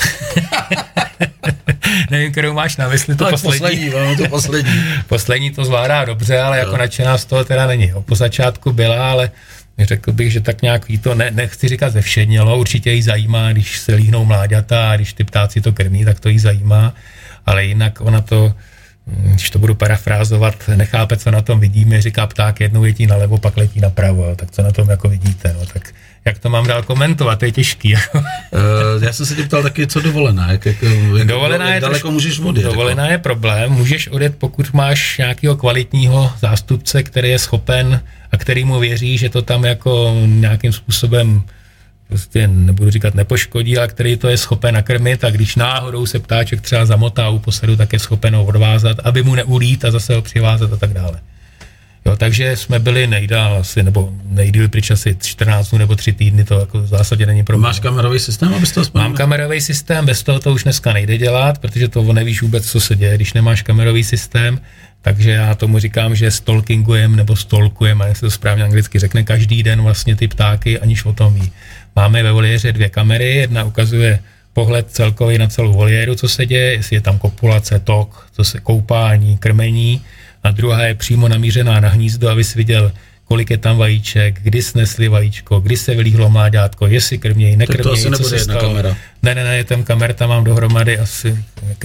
Nevím, kterou máš na mysli, to poslední. Poslední to zvládá dobře, ale jako nadšená z toho teda není. Po začátku byla, ale řekl bych, že tak nějak jí to, nechci říkat zevšednělo, určitě jí zajímá, když se líhnou mláďata a když ty ptáci to krmí, tak to jí zajímá, ale jinak ona to, když to budu parafrázovat, nechápe, co na tom vidíme, říká pták jednou letí nalevo, pak letí napravo, tak co na tom jako vidíte, no, tak jak to mám dál komentovat, to je těžký. Já jsem se tě ptal taky, co dovolená, jak daleko můžeš odjet? Dovolená je problém, můžeš odjet, pokud máš nějakého kvalitního zástupce, který je schopen a který mu věří, že to tam jako nějakým způsobem prostě nebudu říkat nepoškodí, ale který to je schopen nakrmit a když náhodou se ptáček třeba zamotá u posadu, tak je schopen ho odvázat, aby mu neulít a zase ho přivázat a tak dále. Jo, takže jsme byli nejdál asi, nebo nejdýl pryč asi 14 dnů nebo 3 týdny, to jako v zásadě není problém. Máš kamerový systém, abys to spomněl? Mám kamerový systém, bez toho to už dneska nejde dělat, protože to nevíš vůbec, co se děje, když nemáš kamerový systém, takže já tomu říkám, že stalkingujeme nebo stalkujeme, jak se to správně anglicky řekne, každý den vlastně ty ptáky, aniž o tom ví. Máme ve voliéře 2 kamery, jedna ukazuje pohled celkový na celou voliéru, co se děje, jestli je tam kopulace, tok, co se koupání, krmení, a druhá je přímo namířená na hnízdo, aby si viděl, kolik je tam vajíček, kdy snesli vajíčko, kdy se vylíhlo mláďátko, jestli krmějí, nekrmějí, to asi nebude jedna kamera. Ne, je tam kamer, tam mám dohromady asi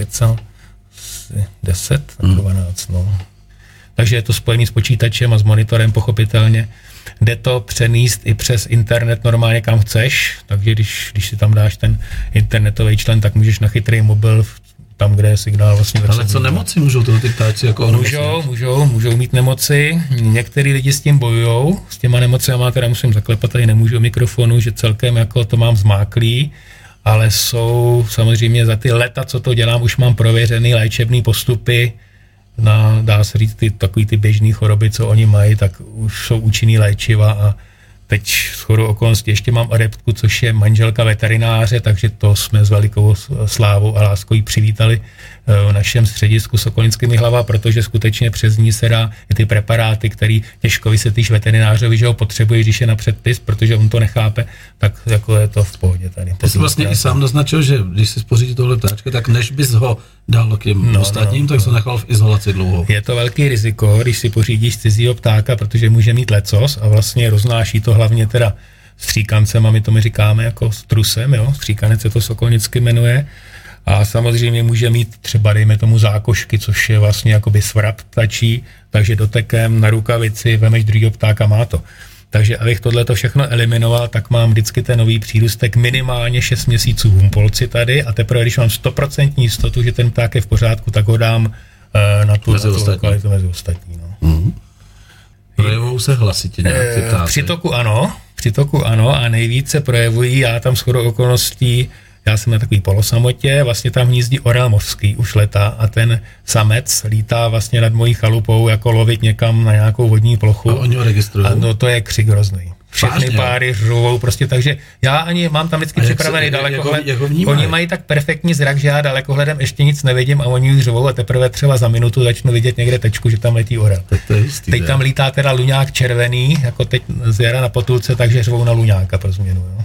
10, 12, no. Takže je to spojený s počítačem a s monitorem, pochopitelně. Jde to přenést i přes internet normálně kam chceš, takže když si tam dáš ten internetový člen, tak můžeš na chytrý mobil tam, kde je signál vlastně. Ale co nemoci můžou to ty ptáci jako můžou mít nemoci. Některý lidi s tím bojujou, s těma nemocema, teda musím zaklepat, tady nemůžu mikrofonu, že celkem jako to mám zmáklý, ale jsou samozřejmě za ty leta, co to dělám, už mám prověřený léčebný postupy na, dá se říct, takový ty běžný choroby, co oni mají, tak už jsou účinný léčiva a teď shodou okolností ještě mám adeptku, což je manželka veterináře, takže to jsme s velikou slávou a láskou jí přivítali v našem středisku Sokolnickými Hlava, protože skutečně přes ní se dá i ty preparáty, který těžko vysvětlíš veterinářovi, že ho potřebuje, když je na předpis, protože on to nechápe, tak jako je to v pohodě tady. Ty jsi vlastně i sám naznačil, že když si spoříš tohle ptáčka, tak než bys ho dal k těm ostatním, tak se nechal v izolaci dlouho. Je to velký riziko, když si pořídíš cizího ptáka, protože může mít lecos a vlastně roznáší to hlavně teda stříkancem, a my tomu říkáme jako strusem, jo, stříkanec se to sokolnicky jmenuje. A samozřejmě může mít třeba, dejme tomu, zákošky, což je vlastně jakoby svrap ptačí, takže dotekem na rukavici vemeš druhýho ptáka, má to. Takže abych tohleto všechno eliminoval, tak mám vždycky ten nový přírůstek minimálně 6 měsíců v Humpolci tady a teprve, když mám 100% jistotu, že ten pták je v pořádku, tak ho dám na tu lokalitu mezi ostatní. No. Mm. Projevou se hlasitě nějak ty ptáci? Při toku ano a nejvíce projevují, já tam shodou okolností, já jsem na takový polosamotě, vlastně tam hnízdí orel mořský už leta a ten samec lítá vlastně nad mojí chalupou jako lovit někam na nějakou vodní plochu. A oni ho registrují? No to je křik hrozný. Všechny páry řvou prostě, takže já ani mám tam vždycky připravený dalekohled. Oni mají tak perfektní zrak, že já dalekohledem ještě nic nevidím a oni už řvou a teprve třeba za minutu začnu vidět někde tečku, že tam letí orel. Teď tam lítá teda luňák červený, jako teď z jara na potulce, takže řvou na luňáka pro změnu. Jo.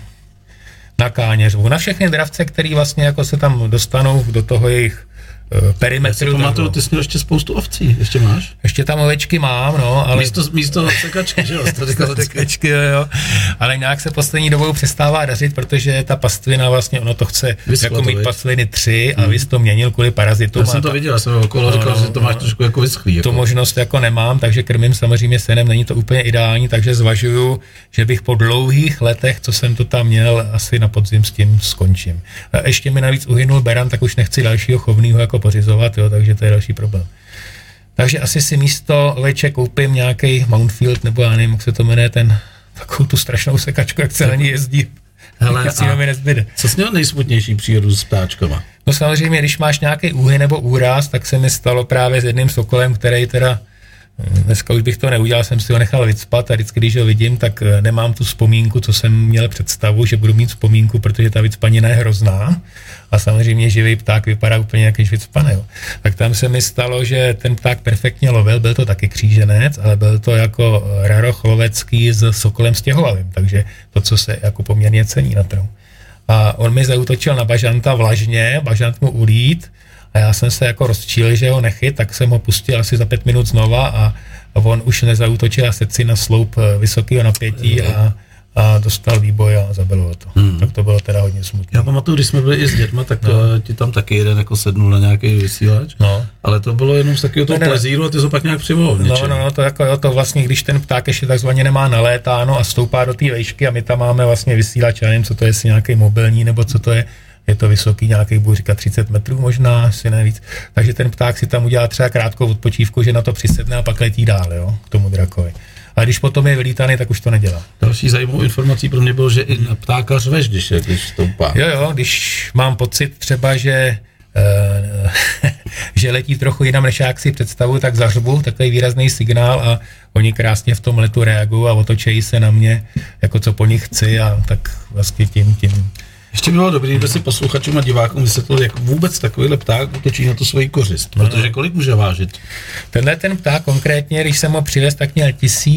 Na káněřů, na všechny dravce, který vlastně jako se tam dostanou do toho jejich perimetru. Já si pamatuju, ty jsi měl ještě spoustu ovcí, ještě máš? Ještě tam ovečky mám, no, ale... Místo sekačky, že jo? Sekačky, jo. Ale nějak se poslední dobou přestává dařit, protože ta pastvina vlastně, ono to chce jako mít pastviny 3 a vy jsi to měnil kvůli parazitům. Já jsem to viděl, jsem okolo říkal, že to máš trošku jako vyschlý. Tu možnost jako nemám, takže krmím samozřejmě senem, není to úplně ideální, takže zvažuju, že bych po dlouhých letech, co jsem to tam měl, asi na podzim s tím skončím. A ještě mi navíc uhynul beran, tak už nechci dalšího chovného jako pořizovat, jo, takže to je další problém. Takže asi si místo oveček koupím nějaký Mountfield, nebo já nevím, jak se to jmenuje, takovou tu strašnou sekačku, jak se na ní jezdí. Hele, co jsi měl nejsmutnější přírodu s ptáčkama? No samozřejmě, když máš nějaký úhy nebo úraz, tak se mi stalo právě s jedným sokolem, který teda dneska už bych to neudělal, jsem si ho nechal vycpat a vždycky, když ho vidím, tak nemám tu vzpomínku, co jsem měl představu, že budu mít vzpomínku, protože ta vycpanina je hrozná a samozřejmě živý pták vypadá úplně jak vycpaný. Tak tam se mi stalo, že ten pták perfektně lovil, byl to taky kříženec, ale byl to jako raroch lovecký s sokolem stěhovavým, takže to, co se jako poměrně cení na trhu. A on mi zaútočil na bažanta vlažně, bažant mu ulít A já jsem se jako rozčílil, že ho nechyt, tak jsem ho pustil asi za 5 minut znova a on už nezaútočil a seci na sloup vysokého napětí a dostal výboj a zabilo ho to. Tak to bylo teda hodně smutné. Já pamatuju, když jsme byli i s dětma, tak ti tam taky jeden jako sednul na nějaký vysílač, ale to bylo jenom z takového toho plezíru a ty jsi pak nějak přivolil. To jako jo, to vlastně, když ten pták ještě takzvaně nemá nalétáno a stoupá do té vejšky a my tam máme vlastně vysílač, já nevím, co to je, jestli nějaký mobilní, nebo co to je to vysoký, nějaký, budu říkat 30 metrů možná, asi nevíc. Takže ten pták si tam udělá třeba krátkou odpočívku, že na to přisedne a pak letí dál, jo, k tomu drakovi. A když potom je vylítaný, tak už to nedělá. Další zajímavou informací pro mě bylo, že i na ptáka řveš, když stoupá. Jo, když mám pocit třeba, že letí trochu jinam, než jak si představuji, tak zařvu, takový výrazný signál a oni krásně v tom letu reagují a otočejí se na mě, jako co po nich chci a tak vlastně tím. Ještě bylo dobré, kdyby si posluchačům a divákům vysvětlil, jak vůbec takovýhle pták útočí na tu svoji kořist, protože kolik může vážit? Ten pták konkrétně, když jsem ho přivez, tak měl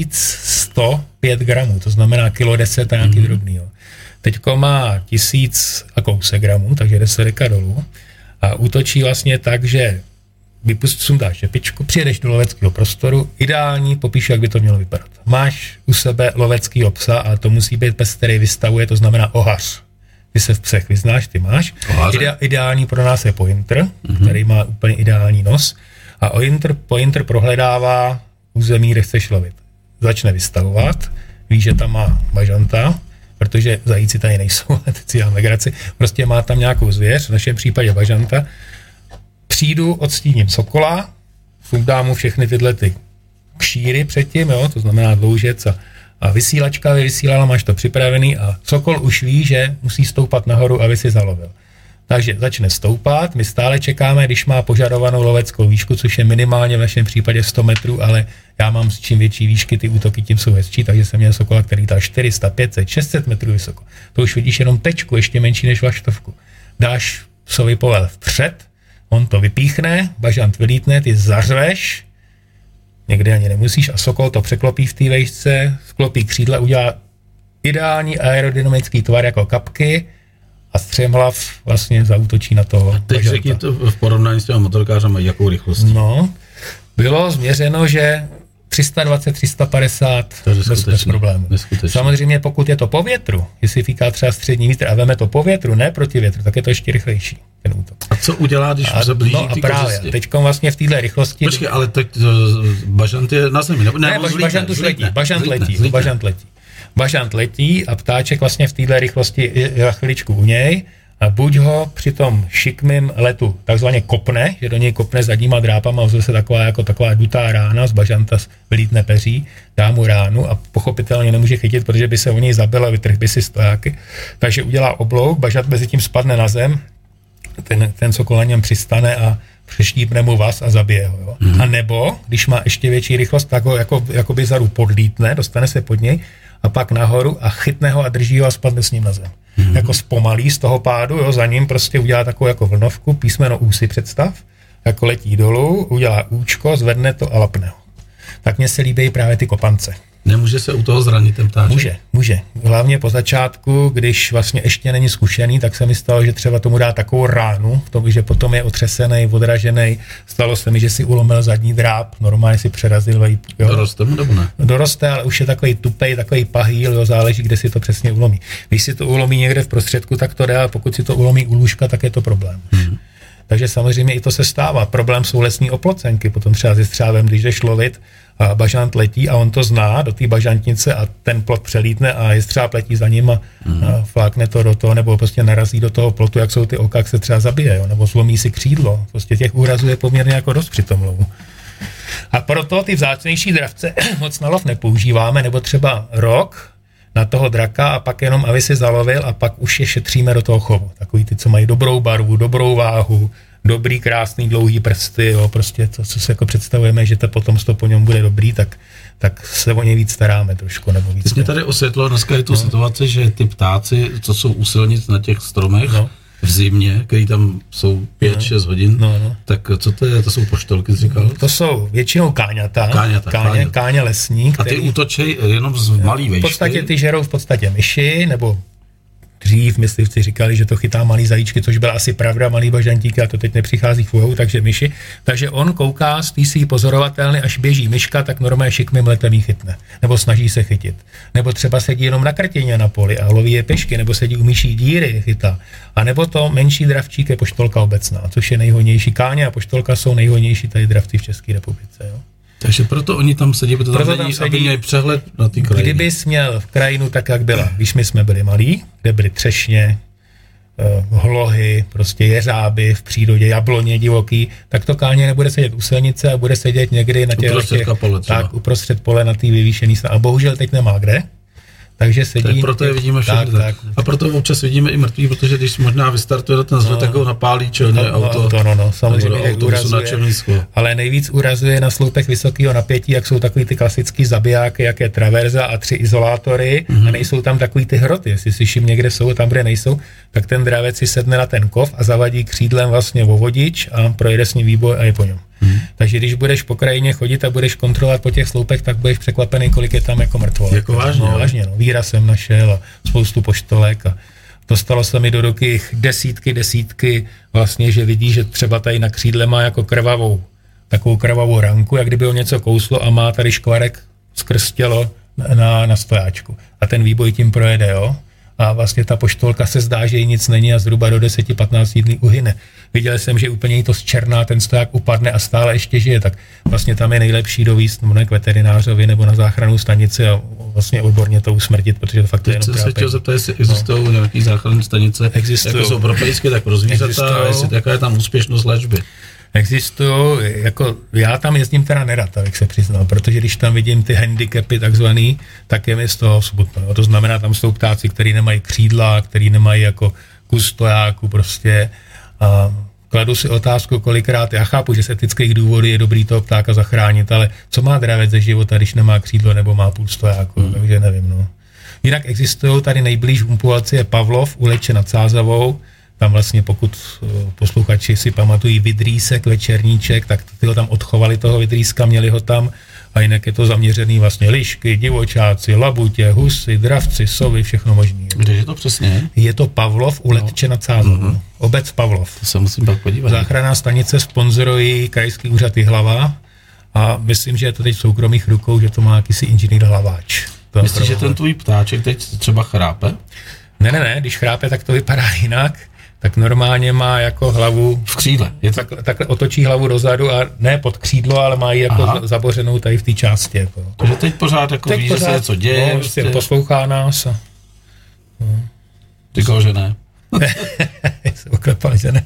1105 gramů, to znamená kilo 10 a nějaký drobný. Teďko má 1000 a kousek gramů, takže 10 deka dolů a útočí vlastně tak, že sundáš šepičku, přijedeš do loveckého prostoru, ideální, popíšu, jak by to mělo vypadat. Máš u sebe loveckýho psa a to musí být pes, který vystavuje, to znamená ohař. Ty se v psech vyznáš, ty máš. Ideální pro nás je pointer, který má úplně ideální nos. A pointer prohledává území, kde chceš lovit. Začne vystavovat, ví, že tam má bažanta, protože zajíci tady nejsou, teď si dám legraci, prostě má tam nějakou zvěř, v našem případě bažanta. Přijdu, odstíním sokola, sundám mu všechny tyhle ty kšíry předtím, jo, to znamená dloužec a vysílačka vysílala, máš to připravený a sokol už ví, že musí stoupat nahoru, aby si zalovil. Takže začne stoupat, my stále čekáme, když má požadovanou loveckou výšku, což je minimálně v našem případě 100 metrů, ale já mám s čím větší výšky, ty útoky tím jsou hezčí, takže jsem měl sokola, který dal 400, 500, 600 metrů vysoko. To už vidíš jenom tečku, ještě menší než vlaštovku. Dáš psovi povel vpřed, on to vypíchne, bažant vylítne, ty zařveš, někdy ani nemusíš a sokol to překlopí v té vejšce, sklopí křídla, udělá ideální aerodynamický tvar jako kapky a střemhlav vlastně zaútočí na toho. A teď řekni to v porovnání s těma motorkářama, jakou rychlostí? No, bylo změřeno, že 320-350 bez problémů. Samozřejmě pokud je to po větru, jestli fíká třeba střední vítr a veme to po větru, ne proti větru, tak je to ještě rychlejší, ten útok. A co udělá, když se blíží a právě, teďkom vlastně v téhle rychlosti... Počkej, ale teď bažant je na zemi, ne bažant už letí, bažant letí a ptáček vlastně v téhle rychlosti je za chviličku u něj a buď ho při tom šikmým letu takzvaně kopne, že do něj kopne zadníma drápama a se taková dutá rána z bažanta vylítne peří, dá mu ránu a pochopitelně nemůže chytit, protože by se o něj zabil a vytrhl by si stojáky. Takže udělá oblouk, bažant mezi tím spadne na zem, ten sokol na něm přistane a přeštípne mu vás a zabije ho. Jo? A nebo, když má ještě větší rychlost, tak ho jakoby zadu podlítne, dostane se pod něj a pak nahoru a chytne ho a drží ho a spadne s ním na zem. Jako zpomalí z toho pádu, jo, za ním prostě udělá takovou jako vlnovku, písmeno úsy představ, jako letí dolů, udělá účko, zvedne to a lapne ho. Tak mně se líbí právě ty kopance. Nemůže se u toho zranit ten ptáček? Může. Hlavně po začátku, když vlastně ještě není zkušený, tak se mi stalo, že třeba tomu dá takovou ránu, v tom, že potom je otřesený, odražený. Stalo se mi, že si ulomil zadní dráp, normálně si přerazil. Jo. Doroste mu nebo ne? Doroste, ale už je takový tupej, takový pahýl, jo, záleží, kde si to přesně ulomí. Když si to ulomí někde v prostředku, tak to jde, a pokud si to ulomí u lůžka, tak je to problém. Takže samozřejmě i to se stává. Problém jsou lesní oplocenky, potom třeba se střávem, když jdeš lovit a bažant letí a on to zná do té bažantnice a ten plot přelítne a jestřáb letí za ním a flákne to do toho, nebo prostě narazí do toho plotu, jak jsou ty oka, jak se třeba zabije, jo, nebo zlomí si křídlo. Prostě těch úrazů je poměrně jako dost při tom lovu. A proto ty vzácnější dravce moc na lov nepoužíváme, nebo třeba rok na toho draka a pak jenom, aby si zalovil a pak už je šetříme do toho chovu. Takový ty, co mají dobrou barvu, dobrou váhu, dobrý, krásný, dlouhý prsty, jo, prostě to, co si jako představujeme, že to potomstvo po něm bude dobrý, tak se o něj víc staráme trošku, nebo víc. Ty jsi mě tady osvětlil dneska je tu situaci, že ty ptáci, co jsou u silnic na těch stromech, v zimě, který tam jsou 5-6 hodin, tak co to je? To jsou poštolky, jsi říkal? To jsou většinou káňa lesní. A ty útočej jenom z malý vejšky? V podstatě ty žerou v podstatě myši, nebo dřív myslivci říkali, že to chytá malý zajíčky, což byla asi pravda, malý bažantíky, a to teď nepřichází v úvahu, takže myši. Takže on kouká z té svý pozorovatelny, až běží myška, tak normálně šikmým letem jí chytne. Nebo snaží se chytit. Nebo třeba sedí jenom na krtěně na poli a loví je pešky, nebo sedí u myší díry, chytá. A nebo to menší dravčík je poštolka obecná, což je nejhojnější. Káně a poštolka jsou nejhojnější tady dravci v České republice. Jo. Takže proto oni tam sedí, protože tam sedí, aby měli přehled na ty krajiny. Kdybys měl v krajinu tak, jak byla, když my jsme byli malí, kde byly třešně, hlohy, prostě jeřáby v přírodě, jabloně divoký, tak to káně nebude sedět u silnice a bude sedět někdy na těch uprostřed pole na té vyvýšený strany. A bohužel teď nemá kde. Takže sedí. Tak proto je vidíme všechny. Tak. A proto občas vidíme i mrtvý, protože když možná vystartuje ten zlot, tak ho napálí čelně auto. Samozřejmě urazuje, ale nejvíc urazuje na sloupech vysokého napětí, jak jsou takový ty klasický zabijáky, jak je traverza a 3 izolátory, a nejsou tam takový ty hroty. Jestli slyším někde jsou, tam kde nejsou, tak ten dravec si sedne na ten kov a zavadí křídlem vlastně o vodič a projede s ním výboj a je po něm. Takže když budeš po krajině chodit a budeš kontrolovat po těch sloupech, tak budeš překvapený, kolik je tam jako mrtvol. Jako vážně. Víra jsem našel a spoustu poštolek a dostalo se mi do ruky desítky vlastně, že vidí, že třeba tady na křídle má jako takovou krvavou ranku, jak kdyby ho něco kouslo a má tady škvarek skrz tělo na stojáčku. A ten výboj tím projede, jo? A vlastně ta poštolka se zdá, že jí nic není a zhruba do 10-15 dní uhyne. Viděl jsem, že úplně jí to zčerná, ten stoják upadne a stále ještě žije, tak vlastně tam je nejlepší dovízt k veterinářovi nebo na záchrannou stanici a vlastně odborně to usmrtit, protože to fakt je jenom trápení. Chtěl zeptat, jestli existují nějaký záchranné stanice, jako jsou pro pejsky, tak pro zvířata, a jestli jaká je tam úspěšnost léčby. Existují, jako já tam jezdím teda nerad, abych se přiznal, protože když tam vidím ty handicapy takzvaný, tak je mi z toho smutno. To znamená, tam jsou ptáci, který nemají křídla, který nemají jako kus stojáku prostě. A kladu si otázku kolikrát, já chápu, že z etických důvodů je dobrý toho ptáka zachránit, ale co má dravec ze života, když nemá křídlo nebo má půl stojáku, takže nevím. No. Jinak existují tady nejblíž v Umpovalci je Pavlov u Leče nad Sázavou. Tam vlastně, pokud posluchači si pamatují vidrýsek, večerníček, tak ty ho tam odchovali toho vidrýska, měli ho tam a jinak je to zaměřený vlastně lišky, divočáci, labutě, husy, dravci, sovy, všechno možný. Kde je to přesně? Je to Pavlov u Letče nad Sázavou. Obec Pavlov. To se musím pak podívat. Záchranná stanice sponzorují Krajský úřad Jihlava a myslím, že je to teď v soukromých rukou, že to má jakýsi inženýr Hlaváč. Myslíš, že ten tvůj ptáček teď třeba chrápe? Ne, když chrápe, tak to vypadá jinak. Tak normálně má jako hlavu v křídle. Takhle otočí hlavu dozadu a ne pod křídlo, ale má ji jako zabořenou tady v té části. Jako. Takže teď pořád jako ví, že se něco děje. No, prostě poslouchá nás. Ty koho, že ne? Se oklepal, že ne.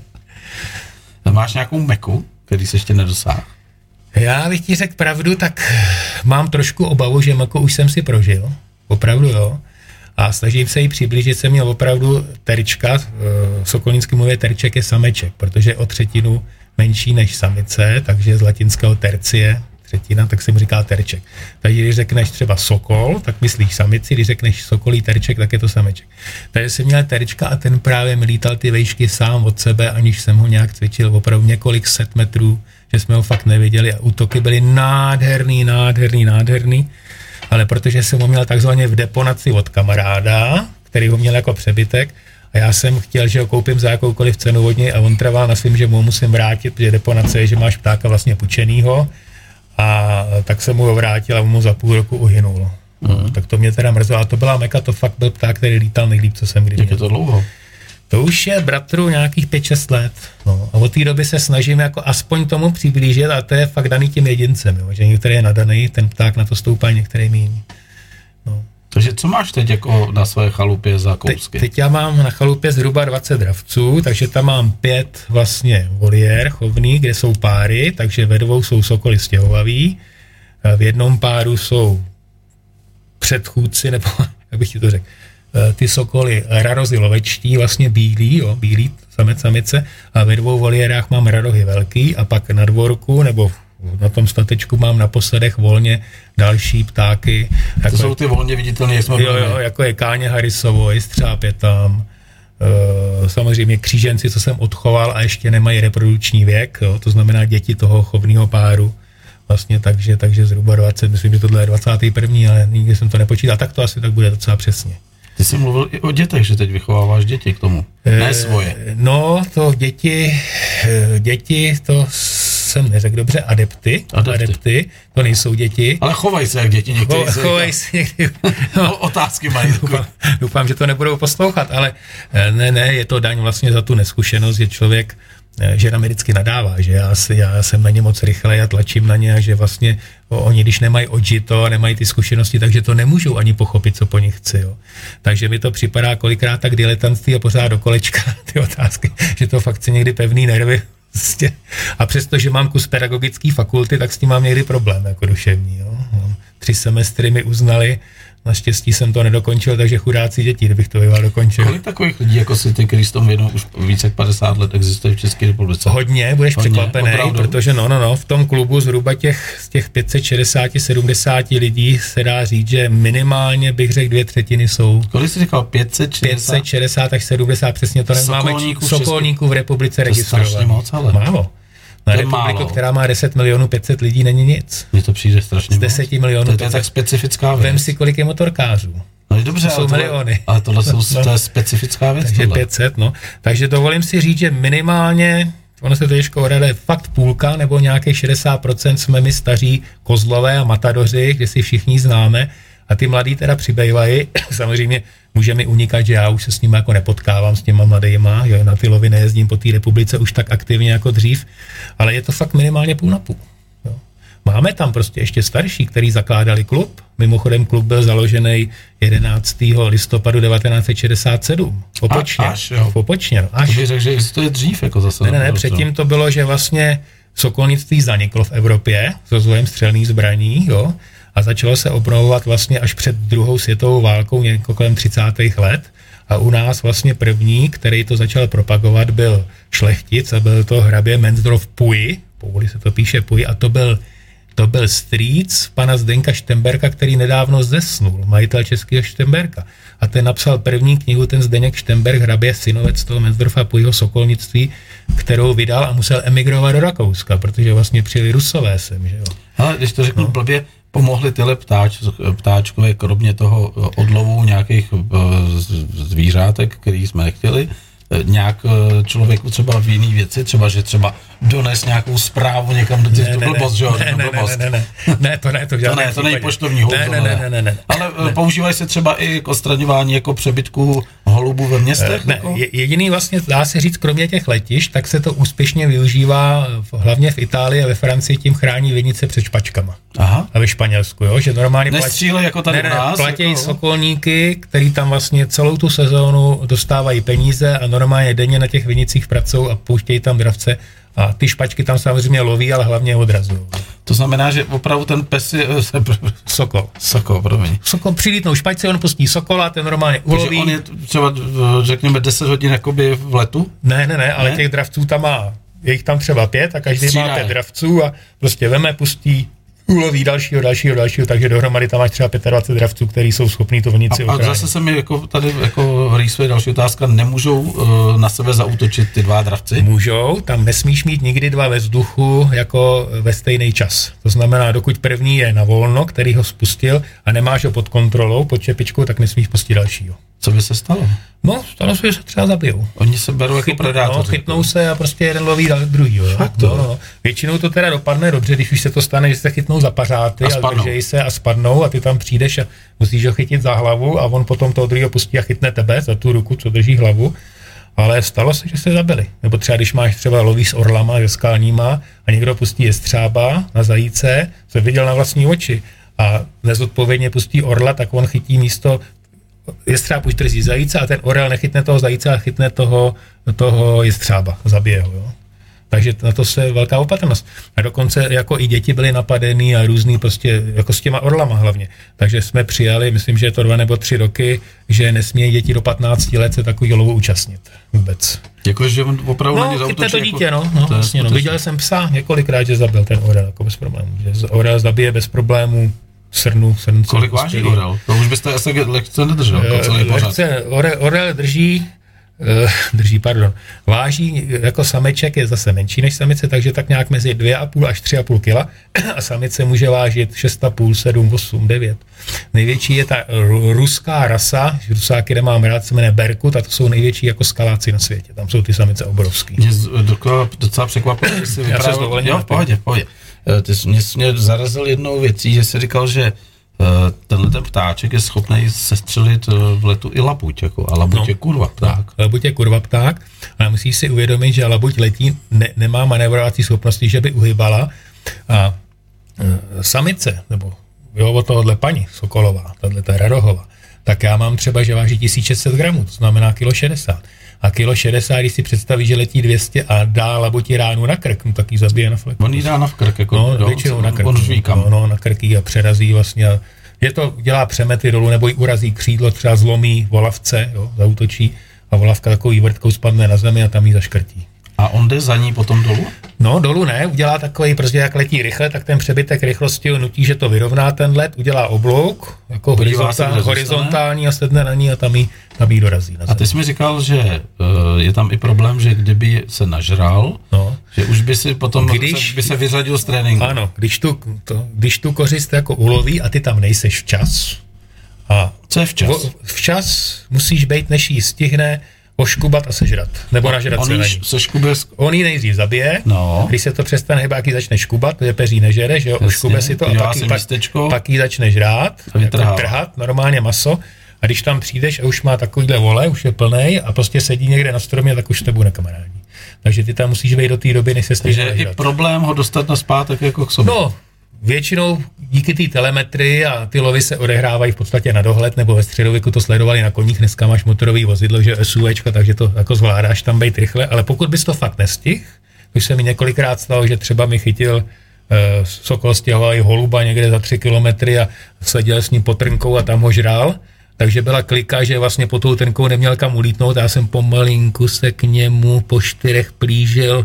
A máš nějakou meku, který se ještě nedosáhl? Já bych ti řekl pravdu, tak mám trošku obavu, že meku už jsem si prožil. Opravdu jo. A snažím se jí přiblížit, jsem měl opravdu terčka, v sokolnickém mluvě terček je sameček, protože je o 1/3 menší než samice, takže z latinského tercie, 1/3, tak se mu říká terček. Takže když řekneš třeba sokol, tak myslíš samici, když řekneš sokolí terček, tak je to sameček. Takže jsem měl terčka a ten právě mi lítal ty vejšky sám od sebe, aniž jsem ho nějak cvičil, opravdu několik set metrů, že jsme ho fakt neviděli a útoky byly nádherný. Ale protože jsem ho měl takzvaně v deponaci od kamaráda, který ho měl jako přebytek a já jsem chtěl, že ho koupím za jakoukoliv cenu od něj a on trval na svým, že mu ho musím vrátit, protože deponace je, že máš ptáka vlastně pučenýho a tak jsem mu ho vrátil a mu za půl roku uhynul. Tak to mě teda mrzelo, a to byla meka, to fakt byl pták, který lítal nejlíp, co jsem kdy měl. Jak je to dlouho? To už je bratru nějakých 5-6 let. No. A od té doby se snažím jako aspoň tomu přiblížit a to je fakt daný tím jedincem, jo. Že některý je nadaný, ten pták na to stoupá, některý míň. No. Takže co máš teď jako na své chalupě za kousky? Teď já mám na chalupě zhruba 20 dravců, takže tam mám 5 vlastně voliér chovný, kde jsou páry, takže ve 2 jsou sokoly stěhovaví, v jednom páru jsou předchůdci, nebo jak bych ti to řekl, ty sokoly rarozy lovečtí, vlastně bílý samec, samice, a ve 2 voliérách mám rarohy velký a pak na dvorku nebo na tom statečku mám na posledech volně další ptáky. To jsou ty volně viditelné, jak jsme byli. Jako je káně Harrisovo, jestřáb je tam, samozřejmě kříženci, co jsem odchoval a ještě nemají reprodukční věk, jo, to znamená děti toho chovného páru. Vlastně takže zhruba 20, myslím, že tohle je 21., ale nikdy jsem to nepočítal, tak to asi tak bude docela přesně. Ty jsi mluvil i o dětech, že teď vychováváš děti k tomu, ne svoje. No, to děti, to jsem neřekl dobře, adepty, to nejsou děti. Ale chovají se jak děti někteří. Chovají se někdy. No, otázky mají. Doufám, že to nebudou poslouchat, ale ne, je to daň vlastně za tu neskušenost, že člověk, že nám vždycky nadává, že já jsem na ně moc rychle, já tlačím na ně a že vlastně oni, když nemají odžito a nemají ty zkušenosti, takže to nemůžou ani pochopit, co po nich chci. Jo. Takže mi to připadá kolikrát tak diletantství a pořád do kolečka ty otázky, že to fakt chce někdy pevný nervy. A přesto, že mám kus pedagogické fakulty, tak s tím mám někdy problém jako duševní. Jo. 3 semestry mi uznali, naštěstí jsem to nedokončil, takže chudáci děti, kdybych to býval dokončil. Kolik takových lidí jako si ty, který s tom věnou už více jak 50 let existuje v České republice? Hodně, budeš překvapený, protože v tom klubu zhruba z těch 560-70 lidí se dá říct, že minimálně bych řekl 2/3 jsou. Kolik jsi říkal? 560 až 70, přesně to nemáme sokolníků v republice registrovaných. To je strašně moc, ale. Málo. Na republiku, která má 10 500 000 lidí, není nic. Mně to přijde strašně z 10 milionů. To je tak specifická věc. Vem si, kolik je motorkářů. No dobře, to jsou miliony. Ale tohle to je specifická věc. Takže 500, Takže dovolím si říct, že minimálně, ono se to těžko odhaduje, fakt půlka nebo nějakých 60% jsme my staří kozlové a matadoři, kde si všichni známe, a ty mladí teda přibývají. Samozřejmě může mi unikat, že já už se s nimi jako nepotkávám, s těma mladýma, jo, na ty lovy nejezdím po té republice už tak aktivně jako dřív, ale je to fakt minimálně půl na půl. Jo. Máme tam prostě ještě starší, kteří zakládali klub. Mimochodem klub byl založený 11. listopadu 1967. V Opočně. Až. To bych řekl, že existuje dřív jako zase. Ne, předtím to bylo, že vlastně sokolnictví zaniklo v Evropě s rozvojem střelných zbraní, jo, a začalo se obnovovat vlastně až před druhou světovou válkou někdo kolem 30. let. A u nás vlastně první, který to začal propagovat, byl šlechtic a byl to hrabě Mensdorf Puy, povoli se to píše Puy, a to byl strýc pana Zdenka Štemberka, který nedávno zesnul, majitel českého Štemberka. A ten napsal první knihu, ten Zdeněk Štemberk, hrabě synovec toho Mensdorfa Puyho sokolnictví, kterou vydal a musel emigrovat do Rakouska, protože vlastně přijeli Rusové sem, že jo. Ale když to řeknu blbě, pomohli tyhle ptáčkové, kromě toho odlovu nějakých zvířátek, který jsme nechtěli, nějak člověku třeba v jiný věci, třeba, že třeba dones nějakou zprávu někam do těch blbost, že jo? Ne, to není poštovní hůl. Ne. Ale používají se třeba i k odstraňování jako přebytků holubů ve městech? Ne, jediný vlastně, dá se říct, kromě těch letišť, tak se to úspěšně využívá hlavně v Itálii a ve Francii, tím chrání vinice před špačkama. Aha. A ve Španělsku, jo? Že normálně jako tady u nás, platí jako sokolníky, který tam vlastně celou tu sezónu dostávají peníze a normálně denně na těch vinicích pracují a pouštějí tam dravce. A ty špačky tam samozřejmě loví, ale hlavně odrazují. To znamená, že opravdu ten pes je... Sokol, promiň. Sokol, přilítnou špačce, on pustí sokola, ten normálně uloví. Takže on je třeba, řekněme, 10 hodin jakoby v letu? Ne, ale těch dravců tam má, je jich tam třeba 5 a každý má 5 dravců a prostě veme, pustí, uloví dalšího, takže dohromady tam máš třeba 25 dravců, který jsou schopní tu vinici ochránit. A zase se mi jako tady jako rýsuje další otázka, nemůžou na sebe zaútočit ty 2 dravci? Můžou, tam nesmíš mít nikdy 2 ve vzduchu jako ve stejný čas. To znamená, dokud první je na volno, který ho spustil a nemáš ho pod kontrolou, pod čepičkou, tak nesmíš pustit dalšího. Co by se stalo? No, stalo se, že se třeba zabijou. Oni se berou jako predátoři. Chytnou se a prostě jeden loví druhýho. No. Většinou to teda dopadne dobře, když už se to stane, že se chytnou za pařáty a držej se a spadnou a ty tam přijdeš a musíš ho chytit za hlavu a on potom toho druhého pustí a chytne tebe za tu ruku, co drží hlavu. Ale stalo se, že se zabili. Nebo třeba, když máš třeba loví s orlama, se skalníma a někdo pustí jestřába na zajíce, co viděl na vlastní oči a nezodpovědně pustí orla, tak on chytí místo jestřáb už drží zajíce a ten orel nechytne toho zajíce a chytne toho jestřába, zabije ho. Jo. Takže na to se velká opatrnost. A dokonce jako i děti byly napadený a různý prostě, jako s těma orlama hlavně. Takže jsme přijali, myslím, že je to 2 nebo 3 roky, že nesmějí děti do 15 let se takový lovu účastnit vůbec. Jakože on opravdu na ně zautočí? No, chytne to dítě, vlastně, Viděl jsem psa několikrát, že zabil ten orel, jako bez problémů. Že orel zabije bez problémů srnu. Kolik váží orel? To už byste asi lehce nedržel, celý pořád. Orel drží Váží jako sameček je zase menší než samice, takže tak nějak mezi 2,5 až 3,5 kg a samice může vážit 6,5, 7, 8, 9. Největší je ta ruská rasa, rusáky, kde mám rád, se jmenuje Berkut, a to jsou největší jako skaláci na světě. Tam jsou ty samice obrovský. Mě docela překvapilo, že jsi vyprávěl. Jo, v pohodě. Mě zarazil jednou věcí, že jsi říkal, že tenhle ten ptáček je schopný sestřelit v letu i labuť, jako, a labuť je kurva pták. Labuť je kurva pták, ale musíš si uvědomit, že labuť letí, nemá manévrovací schopnosti, že by uhybala, a samice, nebo od tohohle paní Sokolová, tato rarohova, tak já mám třeba, že váží 1600 gramů, to znamená 1,60 kg. A 1,60 kg, když si představí, že letí 200 a dá labuti ránu na krk, no tak ji zabije na fleku. On jí dá na krk, jako většinou na krk. On ví kam. No, na krk a přerazí vlastně. Dělá přemety dolů, nebo jí urazí křídlo, třeba zlomí volavce, zaútočí a volavka takový vrtkou spadne na zemi a tam jí zaškrtí. A on jde za ní potom dolů? No, dolů ne, udělá takový, prostě jak letí rychle, tak ten přebytek rychlosti nutí, že to vyrovná ten let, udělá oblouk, jako horizontální a sedne na ní a tam jí dorazí. A ty jsi mi říkal, že je tam i problém, že kdyby se nažral, že už by si potom by se vyřadil z tréninku. Ano, když tu kořist jako uloví a ty tam nejseš včas. A co je včas? Včas musíš být, než jí stihne oškubat a sežrat. Nebo nažrat se na ní. On ji nejdřív zabije, když se to přestane hýbat, jak ji začne škubat, protože peří nežere, že jo, oškube si to a pak ji začne žrát, jako trhat, normálně maso, a když tam přijdeš a už má takovýhle vole, už je plnej a prostě sedí někde na stromě, tak už s tebou nekamarádí. Takže ty tam musíš vejít do té doby, než se stihne nažrat. Takže i problém ho dostat naspátek jako k sobě. No, většinou díky té telemetrii a ty lovy se odehrávají v podstatě na dohled, nebo ve středověku to sledovali na koních, dneska máš motorový vozidlo, že SUVčka, takže to jako zvládáš tam být rychle, ale pokud bys to fakt nestihl, už se mi několikrát stalo, že třeba mi chytil sokol, stěhoval holuba někde za 3 kilometry a seděl s ním pod trnkou a tam ho žrál, takže byla klika, že vlastně pod tou trnkou neměl kam ulítnout a já jsem pomalinku se k němu po 4 plížil,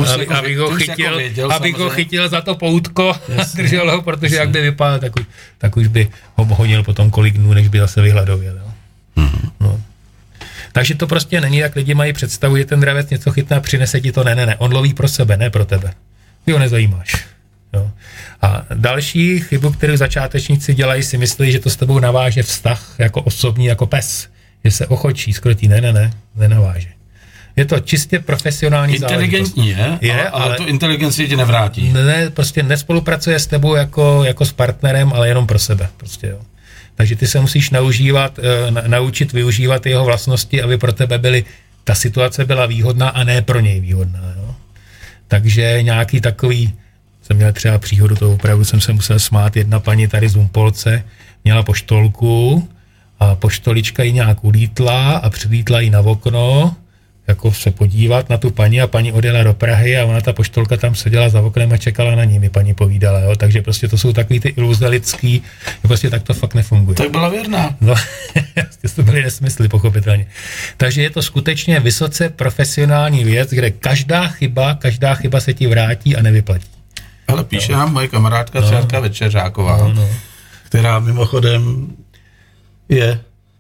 abych ho chytil za to poutko a držel ho, protože jak by vypadal, tak už by ho honil potom kolik dnů, než by zase vyhladověl. No. Takže to prostě není, jak lidi mají představu, že ten dravec něco chytne a přinese ti to, ne, on loví pro sebe, ne pro tebe. Ty ho nezajímáš. Jo. A další chybu, kterou začátečníci dělají, si myslí, že to s tebou naváže vztah jako osobní, jako pes. Že se ochočí, skrotí. Ne, nenaváže. Je to čistě profesionální záležitost. Inteligentní ale tu inteligenci ti nevrátí. Ne, prostě nespolupracuje s tebou jako s partnerem, ale jenom pro sebe. Prostě, jo. Takže ty se musíš naučit využívat jeho vlastnosti, aby pro tebe ta situace byla výhodná a ne pro něj výhodná. Jo. Takže nějaký takový, jsem měl třeba příhodu, to opravdu jsem se musel smát, jedna paní tady z Humpolce měla poštolku a poštolička ji nějak ulítla a přilítla ji na okno, jako se podívat na tu paní a paní odjela do Prahy a ona ta poštolka tam seděla za oknem a čekala na ní, mi paní povídala, jo? Takže prostě to jsou takový ty iluze lidský, že prostě tak to fakt nefunguje. Tak byla věrná. No, to byly nesmysly, pochopitelně. Takže je to skutečně vysoce profesionální věc, kde každá chyba se ti vrátí a nevyplatí. Ale píše nám moje kamarádka Třárka Večeřáková, která mimochodem je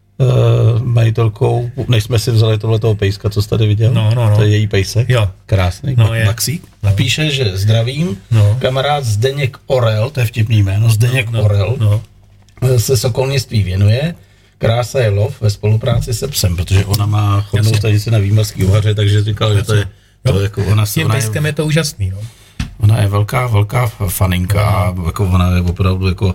majitelkou, než jsme si vzali tohletoho pejska, co jsi tady viděl, to je její pejsek, krásný, Maxík, a píše, že zdravím, kamarád Zdeněk Orel, to je vtipný jméno, Zdeněk Orel, se sokolnictví věnuje, krása je lov ve spolupráci se psem, protože ona má chodnou stanici na Výmarský Uhaře, takže říkal, že to je jako ona. S tím pejskem je to úžasný, no. Ona je velká faninka a jako ona je opravdu jako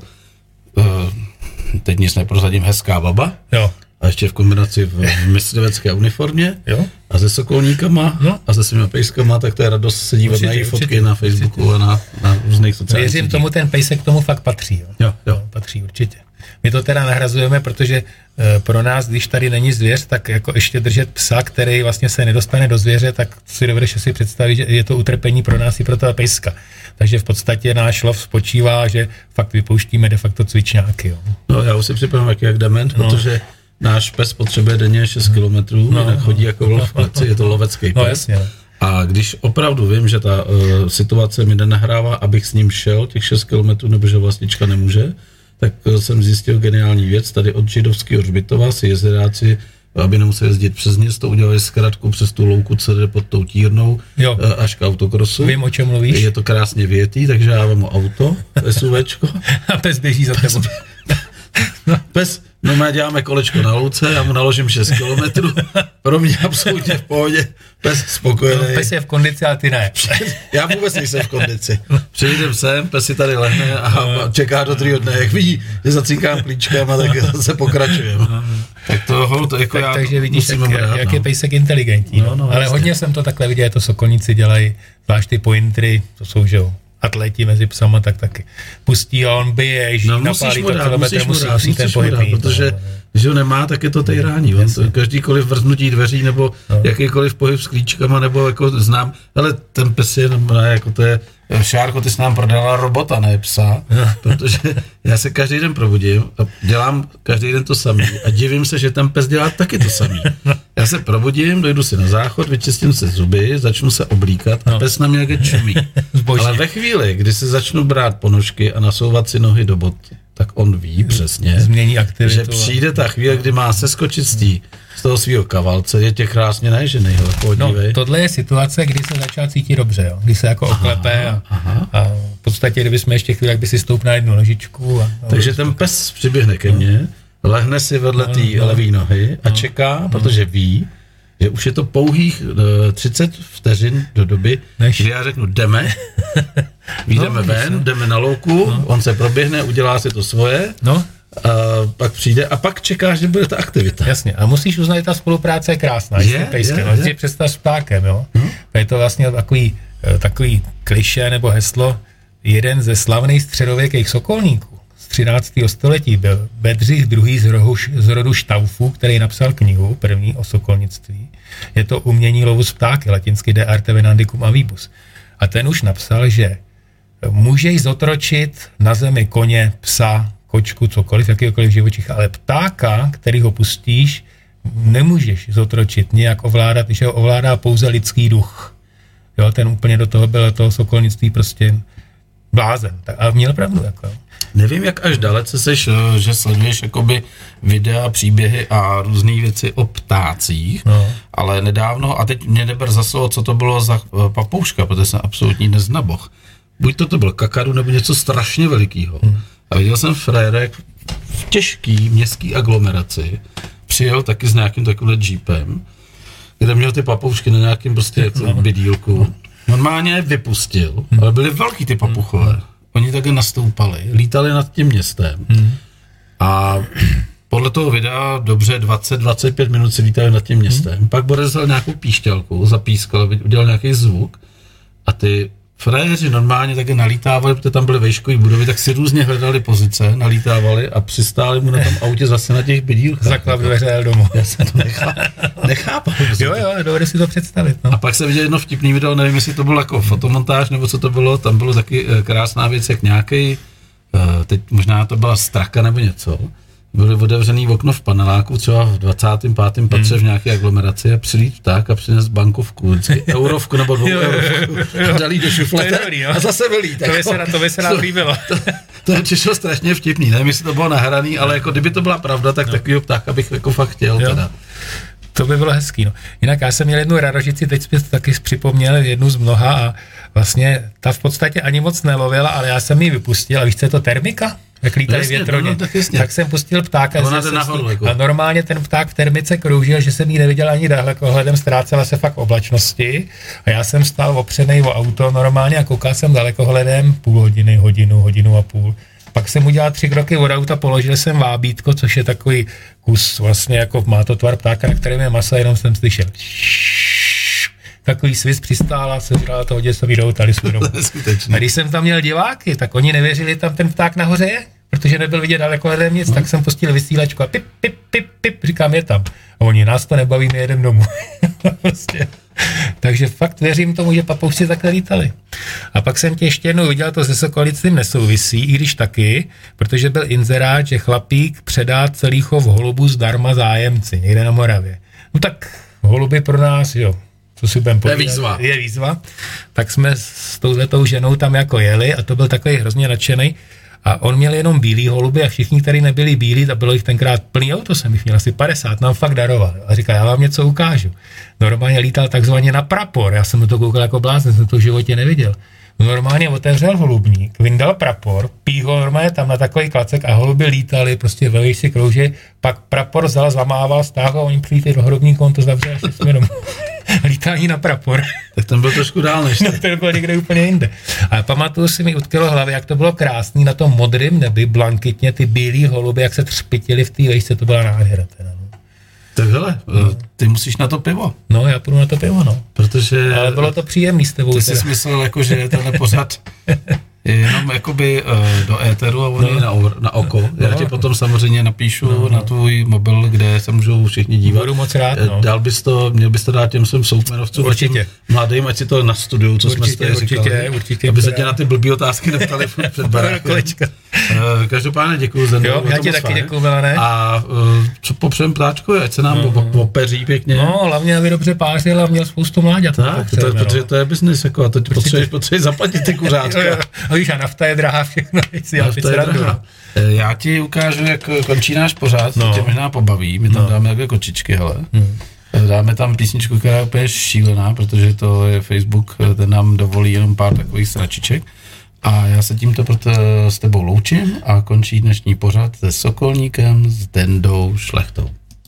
teď nic neprozadím, hezká baba. Jo. A ještě v kombinaci v myslivecké uniformě. Jo. A se sokolníkama a se svýma pejskama, tak to je radost se dívat na její fotky na Facebooku a na různých sociálních sítích. Věřím tomu, ten pejsek k tomu fakt patří. Jo. Patří určitě. My to teda nahrazujeme, protože pro nás, když tady není zvěř, tak jako ještě držet psa, který vlastně se nedostane do zvěře, tak si dovedeš si představit, že je to utrpení pro nás i pro toho pejska. Takže v podstatě náš lov spočívá, že fakt vypouštíme de facto cvičňáky. Jo. No já už si připomínám, jak dement, protože náš pes potřebuje denně 6 kilometrů, jinak chodí jako lov v kleci, je to lovecký pes. Jasně. A když opravdu vím, že ta situace mi nenahrává, abych s ním šel těch 6 kilometrů, nebo že vlastnička nemůže, tak jsem zjistil geniální věc. Tady od židovského hřbitova si jezeráci aby nemuseli jezdit přes město, udělali zkratku přes tu louku, co jde pod tou tírnou, až k autokrosu. Vím, o čem mluvíš. Je to krásně větý, takže já vemu auto, SUVčko. A pes běží za tebou. Pes, my děláme kolečko na louce, já mu naložím 6 kilometrů, pro mě absolutně v pohodě, pes spokojený. No, pes je v kondici, ale ty ne. Já vůbec nejsem v kondici. Přijdem sem, pes si tady lehne a čeká do 3 dne, jak vidí, že zacíkám klíčkama, tak zase pokračujeme. Tak to jako já takže vidíš, jak je pejsek inteligentní. No, ale hodně jsem to takhle viděl, to sokolníci dělají, zvlášť ty pointry, to jsou, že jo, atleti mezi psama, tak taky pustí a on běží, napálí to kilometr, musí ten pohyb mít. Protože když ho nemá, tak je to tejrání. Každýkoliv vrznutí dveří nebo jakýkoliv pohyb s klíčkama, nebo jako znám, ale ten pes je, jako to je, Šárko, ty jsi nám prodala robota, ne psa, protože já se každý den probudím a dělám každý den to samý a divím se, že ten pes dělá taky to samý. Já se probudím, dojdu si na záchod, vyčistím se zuby, začnu se oblíkat a pes na mě jak čumí. Ale ve chvíli, kdy se začnu brát ponožky a nasouvat si nohy do bot, tak on ví přesně, změní aktivitu, že přijde ta chvíle, kdy má seskočit z toho svého kavalce, je tě krásně naježený, hele, podívej. No, tohle je situace, kdy se začal cítit dobře, jo? Kdy se jako oklepe a v podstatě, kdybychom ještě chvíli, jak by si stoupl na jednu nožičku. Takže ten pes přiběhne ke mně, lehne si vedle té levý nohy a čeká, protože ví, že už je to pouhých 30 vteřin do doby, kdy já řeknu jdeme, vyjdeme ven, jdeme na louku, on se proběhne, udělá si to svoje, pak přijde a pak čekáš, že bude ta aktivita. Jasně, a musíš uznat, že ta spolupráce je krásná, je pejskem, si představ s ptákem, jo. Je to vlastně takový klišé nebo heslo, jeden ze slavných středověkých sokolníků z 13. století byl Bedřich II. z rodu Štaufů, který napsal knihu první o sokolnictví. Je to Umění lovu s ptáky, latinsky De arte venandicum avibus. A ten už napsal, že můžeš zotročit na zemi koně, psa, kočku, cokoliv, jakýkoliv živočicha, ale ptáka, který ho pustíš, nemůžeš zotročit, nějak ovládat, že ho ovládá pouze lidský duch. Jo, ten úplně do toho byl, toho sokolnictví prostě blázen. A měl pravdu, jako. Nevím, jak až dalece seš, že sleduješ jakoby videa, příběhy a různé věci o ptácích, ale nedávno, a teď mě neber za slovo, co to bylo za papouška, protože jsem absolutní neznaboch. Buď to byl kakadu, nebo něco strašně velikýho. A viděl jsem frérek v těžký městský aglomeraci, přijel taky s nějakým takovým jeepem, kde měl ty papoušky na nějakým prostě bydýlku. Normálně je vypustil, ale byly velký ty papuchové. Oni také nastoupali, lítali nad tím městem a podle toho videa dobře 20-25 minut si lítali nad tím městem. Pak Boris vzal nějakou píšťalku, zapískal, udělal nějaký zvuk a ty frajeři normálně také nalítávali, protože tam byly vejškové budovy, tak si různě hledali pozice, nalítávali a přistáli mu na tom autě zase na těch bydýlkách. Zaklap dveře jel domů. Já jsem to nechápal. Jo, dovedu si to představit. No. A pak se viděl jedno vtipný video, nevím, jestli to bylo jako fotomontáž, nebo co to bylo, tam bylo taky krásná věc, jak nějaký, teď možná to byla straka nebo něco, byly otevřený okno v paneláku, třeba v 25. patře v nějaké aglomeraci a přilít pták a přines bankovku, eurovku nebo 2 eurovku a dal jí do šuflete a zase vylít. To by se nám líbilo. To je přišlo strašně vtipný, nevím, jestli to bylo nahraný, ale jako kdyby to byla pravda, tak takovýho ptáka bych jako fakt chtěl teda. To by bylo hezký, no. Jinak já jsem měl jednu radožici, teď jsem taky připomněl jednu z mnoha a vlastně ta v podstatě ani moc nelovila, ale já jsem ji vypustil a víš, co je to termika? Jak lítají větroně. Tak jsem pustil ptáka a normálně ten pták v termice kroužil, že jsem ji neviděl ani dalekohledem, ztrácela se fakt v oblačnosti a já jsem stál opřenej o auto normálně a koukal jsem dalekohledem půl hodiny, hodinu a půl. Pak jsem udělal 3 kroky od auta, položil jsem vábítko, což je takový kus, vlastně jako má to tvar ptáka, na kterém je masa, jenom jsem slyšel takový svist přistála, sežrala to hodně se do auta, a když jsem tam měl diváky, tak oni nevěřili, tam ten pták nahoře je, protože nebyl vidět dalekohledem nic, tak jsem pustil vysílačku a pip, pip, pip, pip, říkám, je tam. A oni, nás to nebaví, my jedem domů. Prostě. Takže fakt věřím tomu, že papoušci takhle lítali. A pak jsem tě ještě jednou viděl, to se sokolictvím nesouvisí, i když taky, protože byl inzerát, že chlapík předá celý chov holubů zdarma zájemci, někde na Moravě. No tak holuby pro nás, jo, co si budeme povídat, je výzva. Tak jsme s touhletou ženou tam jako jeli a to byl takový hrozně nadšenej. A on měl jenom bílý holuby a všichni, kteří nebyli bílí, a bylo jich tenkrát plný auto, jsem jich měl asi 50, nám fakt daroval. A říká, já vám něco ukážu. Normálně lítal takzvaně na prapor, já jsem to koukal jako blázen, jsem to v životě neviděl. Normálně otevřel holubník, vyndal prapor, píhl normálně tam na takový klacek a holuby lítali, prostě ve výši krouže, pak prapor vzal, zamával, stáhl a oni přijeli do hrobníku, on to zavřel až směrem. Lítání na prapor. Tak ten byl trošku dál než no, ten byl někde úplně jinde. A pamatuju si mi utkalo hlavy, jak to bylo krásný na tom modrém nebi, blankitně, ty bílý holuby, jak se třpitili v té vejšce, to byla nádhera. Teda, no. Tak hele, ty musíš na to pivo. No, já půjdu na to pivo, no. Protože... Ale bylo to příjemný s tebou. Ty jsi myslel, jako, že tenhle pořad je jenom jakoby do éteru a on je na oko. Já ti potom samozřejmě napíšu na tvůj mobil, kde se můžou všichni dívat. Budu moc rád, Měl bys to dát těm svým soukmenovcům a těm mladým, ať si to nastudují, co jsme si tady říkali. Určitě. Aby se tě na ty blbý otázky neptali před barákem. Každopádně děkuju za jo, já ti taky děkuju, Milane. A co popřejem ptáčkovi, ať se nám opeří pěkně. No, hlavně aby dobře pářil a měl spoustu mláďat. Tak, protože to je biznis, jako, a to potřebuješ zaplatit ty kuřáčka. A víš, a nafta je drahá, všechno. Já ti ukážu, jak končí náš pořád, to tě možná pobaví, my tam dáme takové kočičky, hele. Dáme tam písničku, která je úplně šílená, protože to je Facebook, ten nám dovolí jenom pár takových sračiček. A já se tímto proto s tebou loučím a končí dnešní pořad se Sokolníkem s Dendou Šlechtou.